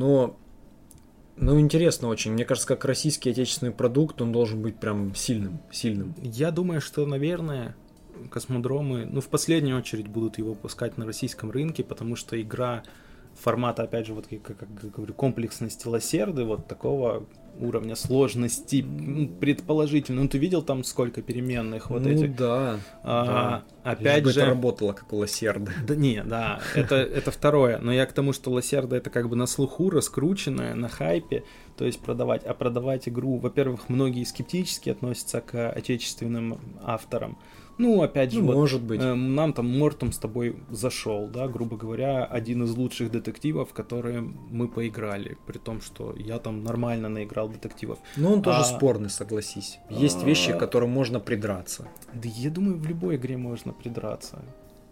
Но интересно очень. Мне кажется, как российский отечественный продукт, он должен быть прям сильным. Я думаю, что, наверное, космодромы, в последнюю очередь будут его выпускать на российском рынке, потому что игра формата, опять же, вот как говорю, комплексности Лассерды, вот такого уровня сложности, предположительно. Ты видел там сколько переменных вот этих? Да. Опять же... это работало, как у Лассерды. Да, это второе. Но я к тому, что Лассерда это как бы на слуху, раскрученная, на хайпе, то есть продавать. А продавать игру, во-первых, многие скептически относятся к отечественным авторам. Опять же, может быть. Нам там Мортум с тобой зашел, да, грубо говоря, один из лучших детективов, которые мы поиграли, при том, что я там нормально наиграл детективов. Он тоже спорный, согласись. Есть вещи, к которым можно придраться. Да я думаю, в любой игре можно придраться.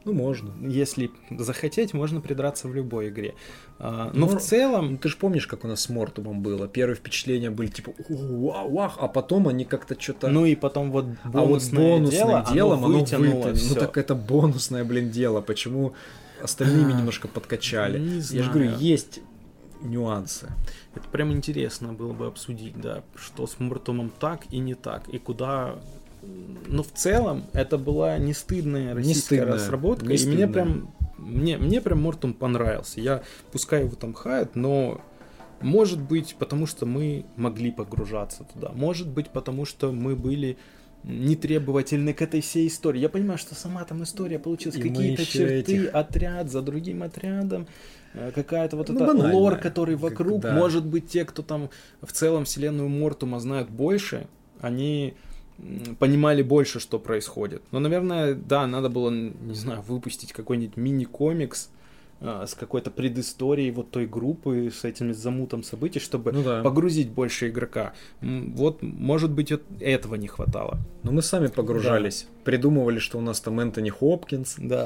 Ну, можно. Если захотеть, можно придраться в любой игре. Но в целом... Ты же помнишь, как у нас с Мортумом было? Первые впечатления были типа вау, а потом они как-то что-то... Ну и потом вот бонусное дело, оно вытянуло. Ну так это бонусное, дело. Почему остальными немножко подкачали? Не знаю. Я же говорю, есть нюансы. Это прям интересно было бы обсудить, да, что с Мортумом так и не так, и куда... Но в целом это была не стыдная российская разработка, и мне прям Мортум понравился. Я, пускай его там хают, но может быть потому, что мы могли погружаться туда, может быть потому, что мы были нетребовательны к этой всей истории. Я понимаю, что сама там история получилась, какие-то черты, отряд за другим отрядом, какая-то вот эта лор, который вокруг. Да. Может быть, те, кто там в целом вселенную Мортума знают больше, они понимали больше, что происходит. Но, наверное, да, надо было, не знаю, выпустить какой-нибудь мини-комикс с какой-то предысторией вот той группы, с этим замутом событий, чтобы погрузить больше игрока. Вот, может быть, этого не хватало. Но мы сами погружались. Да. Придумывали, что у нас там Энтони Хопкинс. Да,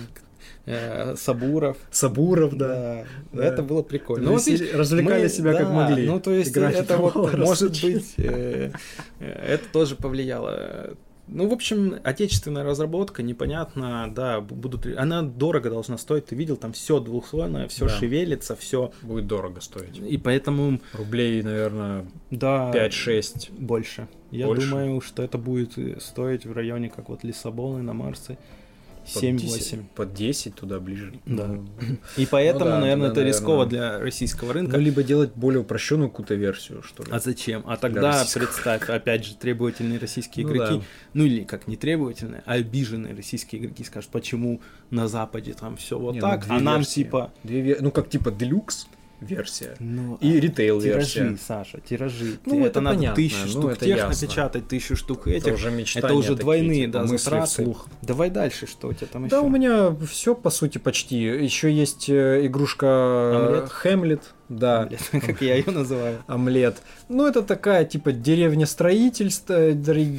Сабуров. Да. Это было прикольно. Ну, развлекали себя как могли. Ну, то есть, это вот, может быть, это тоже повлияло. Ну, в общем, отечественная разработка, непонятно, да, она дорого должна стоить. Ты видел, там все двухслойное, все шевелится, все. Будет дорого стоить. И поэтому... Рублей, наверное, 5-6. Больше. Я думаю, что это будет стоить в районе, как вот Лиссабоны на Марсе. 7-8. Под 10 туда ближе. Да. И поэтому, наверное, это рисково для российского рынка. Ну, либо делать более упрощенную какую-то версию, что ли. А зачем? А тогда представь, опять же, требовательные российские игроки, ну или как не требовательные, а обиженные российские игроки скажут, почему на Западе там все вот так, а нам типа... Ну, как типа делюкс версия и ритейл-версия. Тиражи, Саша, тиражи. Ну, это надо понятно. 1000 штук тех напечатать, 1000 штук этих. Это уже мечтания. Это уже двойные, типа, затраты. Давай дальше, что у тебя там еще? Да, у меня все по сути почти. Еще есть игрушка Хэмлет. Да. Как я ее называю. Омлет. Ну, это такая, типа, деревня-строительская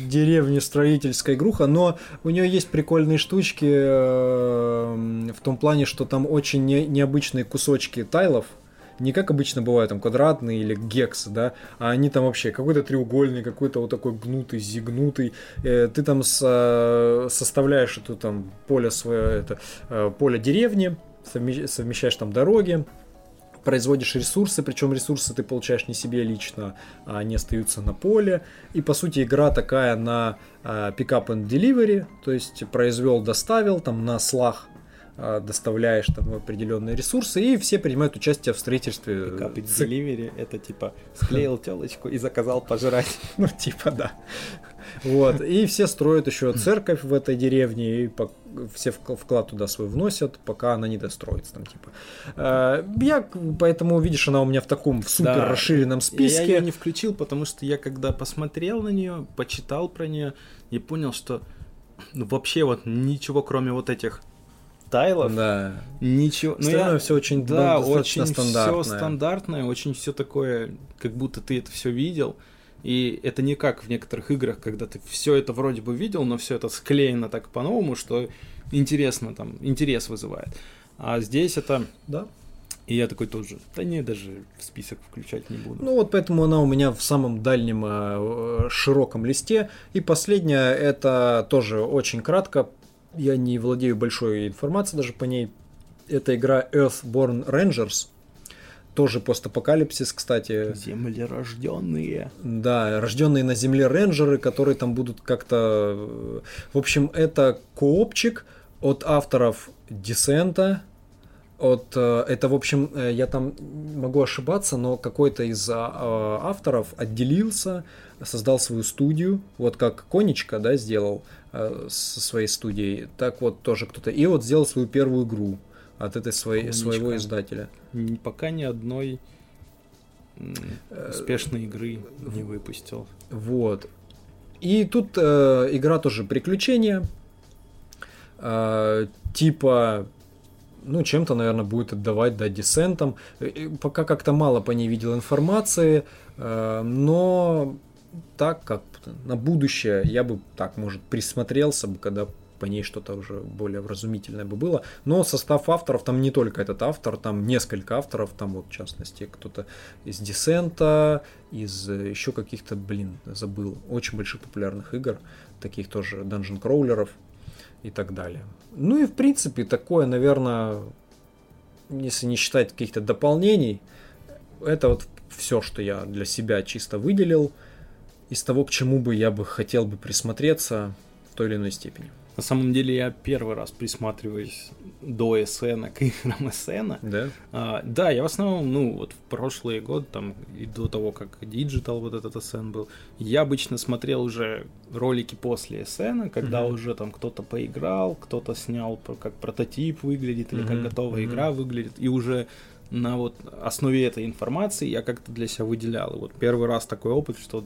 игруха, но у нее есть прикольные штучки в том плане, что там очень необычные кусочки тайлов. Не как обычно бывает, там квадратные или гексы, да, а они там вообще какой-то треугольный, какой-то вот такой гнутый, зигнутый. Ты там составляешь это там поле свое, поле деревни, совмещаешь там дороги, производишь ресурсы, причем ресурсы ты получаешь не себе лично, а они остаются на поле. И по сути игра такая на pick-up and delivery, то есть произвел, доставил, там на слах доставляешь там определенные ресурсы, и все принимают участие в строительстве. Pick-up and delivery — это типа склеил телочку и заказал пожрать. Ну, типа, да. Вот. И все строят еще церковь в этой деревне, и все вклад туда свой вносят, пока она не достроится. Там, типа. Я, поэтому, видишь, она у меня в таком супер расширенном списке. Я ее не включил, потому что я когда посмотрел на нее, почитал про нее, и понял, что вообще вот ничего, кроме вот этих тайлов, ничего. Остальное все очень очень стандартное. Все стандартное, очень все такое, как будто ты это все видел. И это не как в некоторых играх, когда ты все это вроде бы видел, но все это склеено так по-новому, что интересно, там, интерес вызывает. А здесь это... Да. И я такой тоже, даже в список включать не буду. Ну вот поэтому она у меня в самом дальнем широком листе. И последняя, это тоже очень кратко. Я не владею большой информацией даже по ней. Это игра Earthborn Rangers. Тоже постапокалипсис, кстати. Землерожденные. Да, рожденные на земле рейнджеры, которые там будут как-то... В общем, это коопчик от авторов Десента. Это, в общем, я там могу ошибаться, но какой-то из авторов отделился, создал свою студию, вот как Конечка, да, сделал со своей студией, так вот тоже кто-то. И вот сделал свою первую игру от этой своего издателя. Пока ни одной успешной игры не выпустил. Вот. И тут игра тоже приключения. Типа... Ну, чем-то, наверное, будет отдавать, да, Десентом. Пока как-то мало по ней видел информации, но так, как на будущее, я бы так, может, присмотрелся бы, когда по ней что-то уже более вразумительное бы было. Но состав авторов, там не только этот автор, там несколько авторов, там вот в частности кто-то из Десента, из еще каких-то, забыл, очень больших популярных игр, таких тоже данжен-кроулеров и так далее. Ну и в принципе такое, наверное, если не считать каких-то дополнений, это вот все, что я для себя чисто выделил из того, к чему бы я бы хотел бы присмотреться в той или иной степени. На самом деле я первый раз присматриваюсь до СН к играм СН. Да? Да, я в основном, вот в прошлые годы, там, и до того, как Digital вот этот СН был, я обычно смотрел уже ролики после СН, когда уже там кто-то поиграл, кто-то снял, как прототип выглядит, или как готовая игра выглядит, и уже на вот основе этой информации я как-то для себя выделял. И вот первый раз такой опыт, что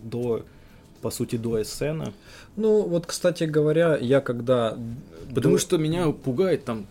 по сути, до СН. Ну, вот, кстати говоря, я когда... Потому что меня пугает там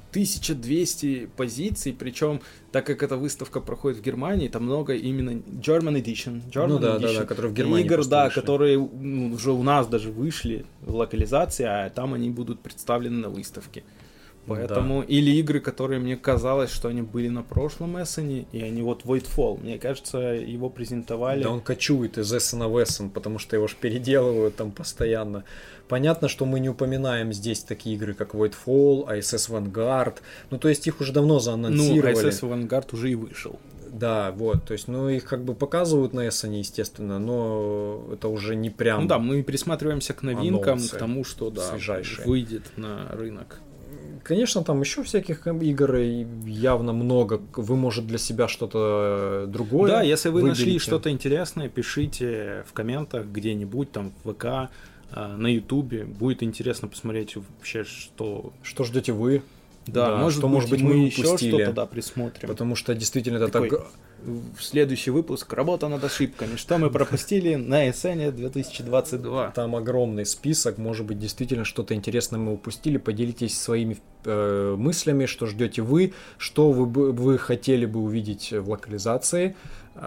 1200 позиций, причем, так как эта выставка проходит в Германии, там много именно German Edition. Да, которые в Германии игр, да, вышли. Которые уже у нас даже вышли в локализации, а там они будут представлены на выставке. Поэтому, или игры, которые мне казалось, что они были на прошлом Эссене, и они вот Voidfall, мне кажется, его презентовали. Да он кочует из Эссена в Эссен, потому что его ж переделывают там постоянно. Понятно, что мы не упоминаем здесь такие игры, как Voidfall, ISS Vanguard, ну то есть их уже давно заанонсировали. Ну, ISS Vanguard уже и вышел. Да, вот, то есть, ну, их как бы показывают на Эссене, естественно, но это уже не прям... Ну да, мы присматриваемся к новинкам, анонсы, к тому, что, да, выйдет на рынок. Конечно, там еще всяких игр явно много. Вы, может, для себя что-то другое. Да, если вы нашли что-то интересное, пишите в комментах где-нибудь, там, в ВК, на Ютубе. Будет интересно посмотреть вообще, что... Что ждете вы. Да, может быть, мы еще что-то присмотрим. Потому что действительно это такой... так... Следующий выпуск «Работа над ошибками». Что мы пропустили на СН 2022? Там огромный список. Может быть, действительно что-то интересное мы упустили. Поделитесь своими мыслями, что ждете вы, что вы хотели бы увидеть в локализации.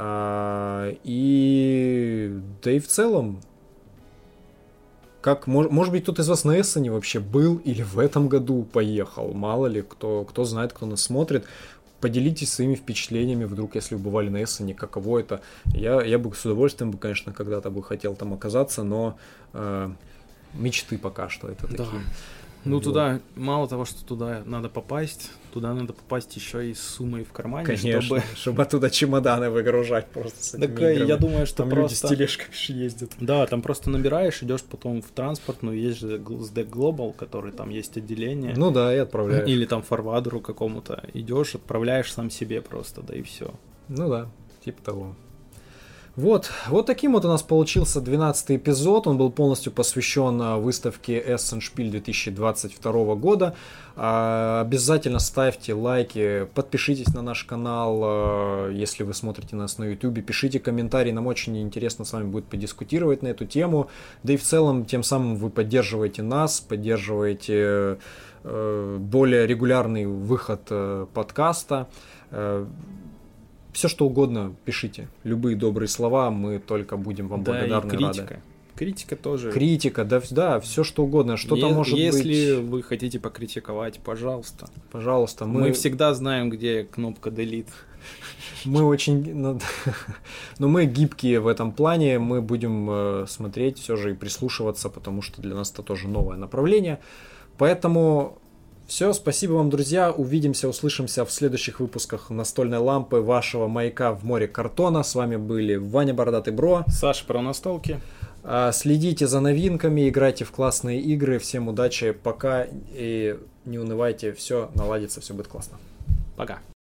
И да и в целом, может быть, кто-то из вас на Эссене вообще был или в этом году поехал. Мало ли, кто знает, кто нас смотрит. Поделитесь своими впечатлениями, вдруг, если вы бывали на Эссене, каково это. Я бы с удовольствием, конечно, когда-то бы хотел там оказаться, но мечты пока что это такие. Ну, туда, мало того, что туда надо попасть еще и с суммой в кармане. Конечно, чтобы оттуда чемоданы выгружать просто с этими играми. Я думаю, что там просто... люди с тележками ездят. Да, там просто набираешь, идешь потом в транспортную, есть же SDEC Global, который там есть отделение. Ну да, и отправляешь. Или там форвардеру какому-то. Идешь, отправляешь сам себе просто, да и все. Ну да, типа того. Вот таким вот у нас получился 12-й эпизод. Он был полностью посвящен выставке Essen Spiel 2022 года. Обязательно ставьте лайки, подпишитесь на наш канал, если вы смотрите нас на YouTube, пишите комментарии, нам очень интересно с вами будет подискутировать на эту тему. Да и в целом, тем самым вы поддерживаете нас, поддерживаете более регулярный выход подкаста. Все, что угодно, пишите. Любые добрые слова, мы только будем вам благодарны и рады. Критика тоже. Критика, да, все что угодно. Что-то может быть... Если вы хотите покритиковать, пожалуйста. Пожалуйста. Мы всегда знаем, где кнопка Delete. Мы очень... Но мы гибкие в этом плане. Мы будем смотреть все же и прислушиваться, потому что для нас это тоже новое направление. Поэтому... Все, спасибо вам, друзья. Увидимся, услышимся в следующих выпусках настольной лампы, вашего маяка в море картона. С вами были Ваня Бородатый Бро, Саша про настолки. Следите за новинками, играйте в классные игры. Всем удачи, пока и не унывайте. Все наладится, все будет классно. Пока.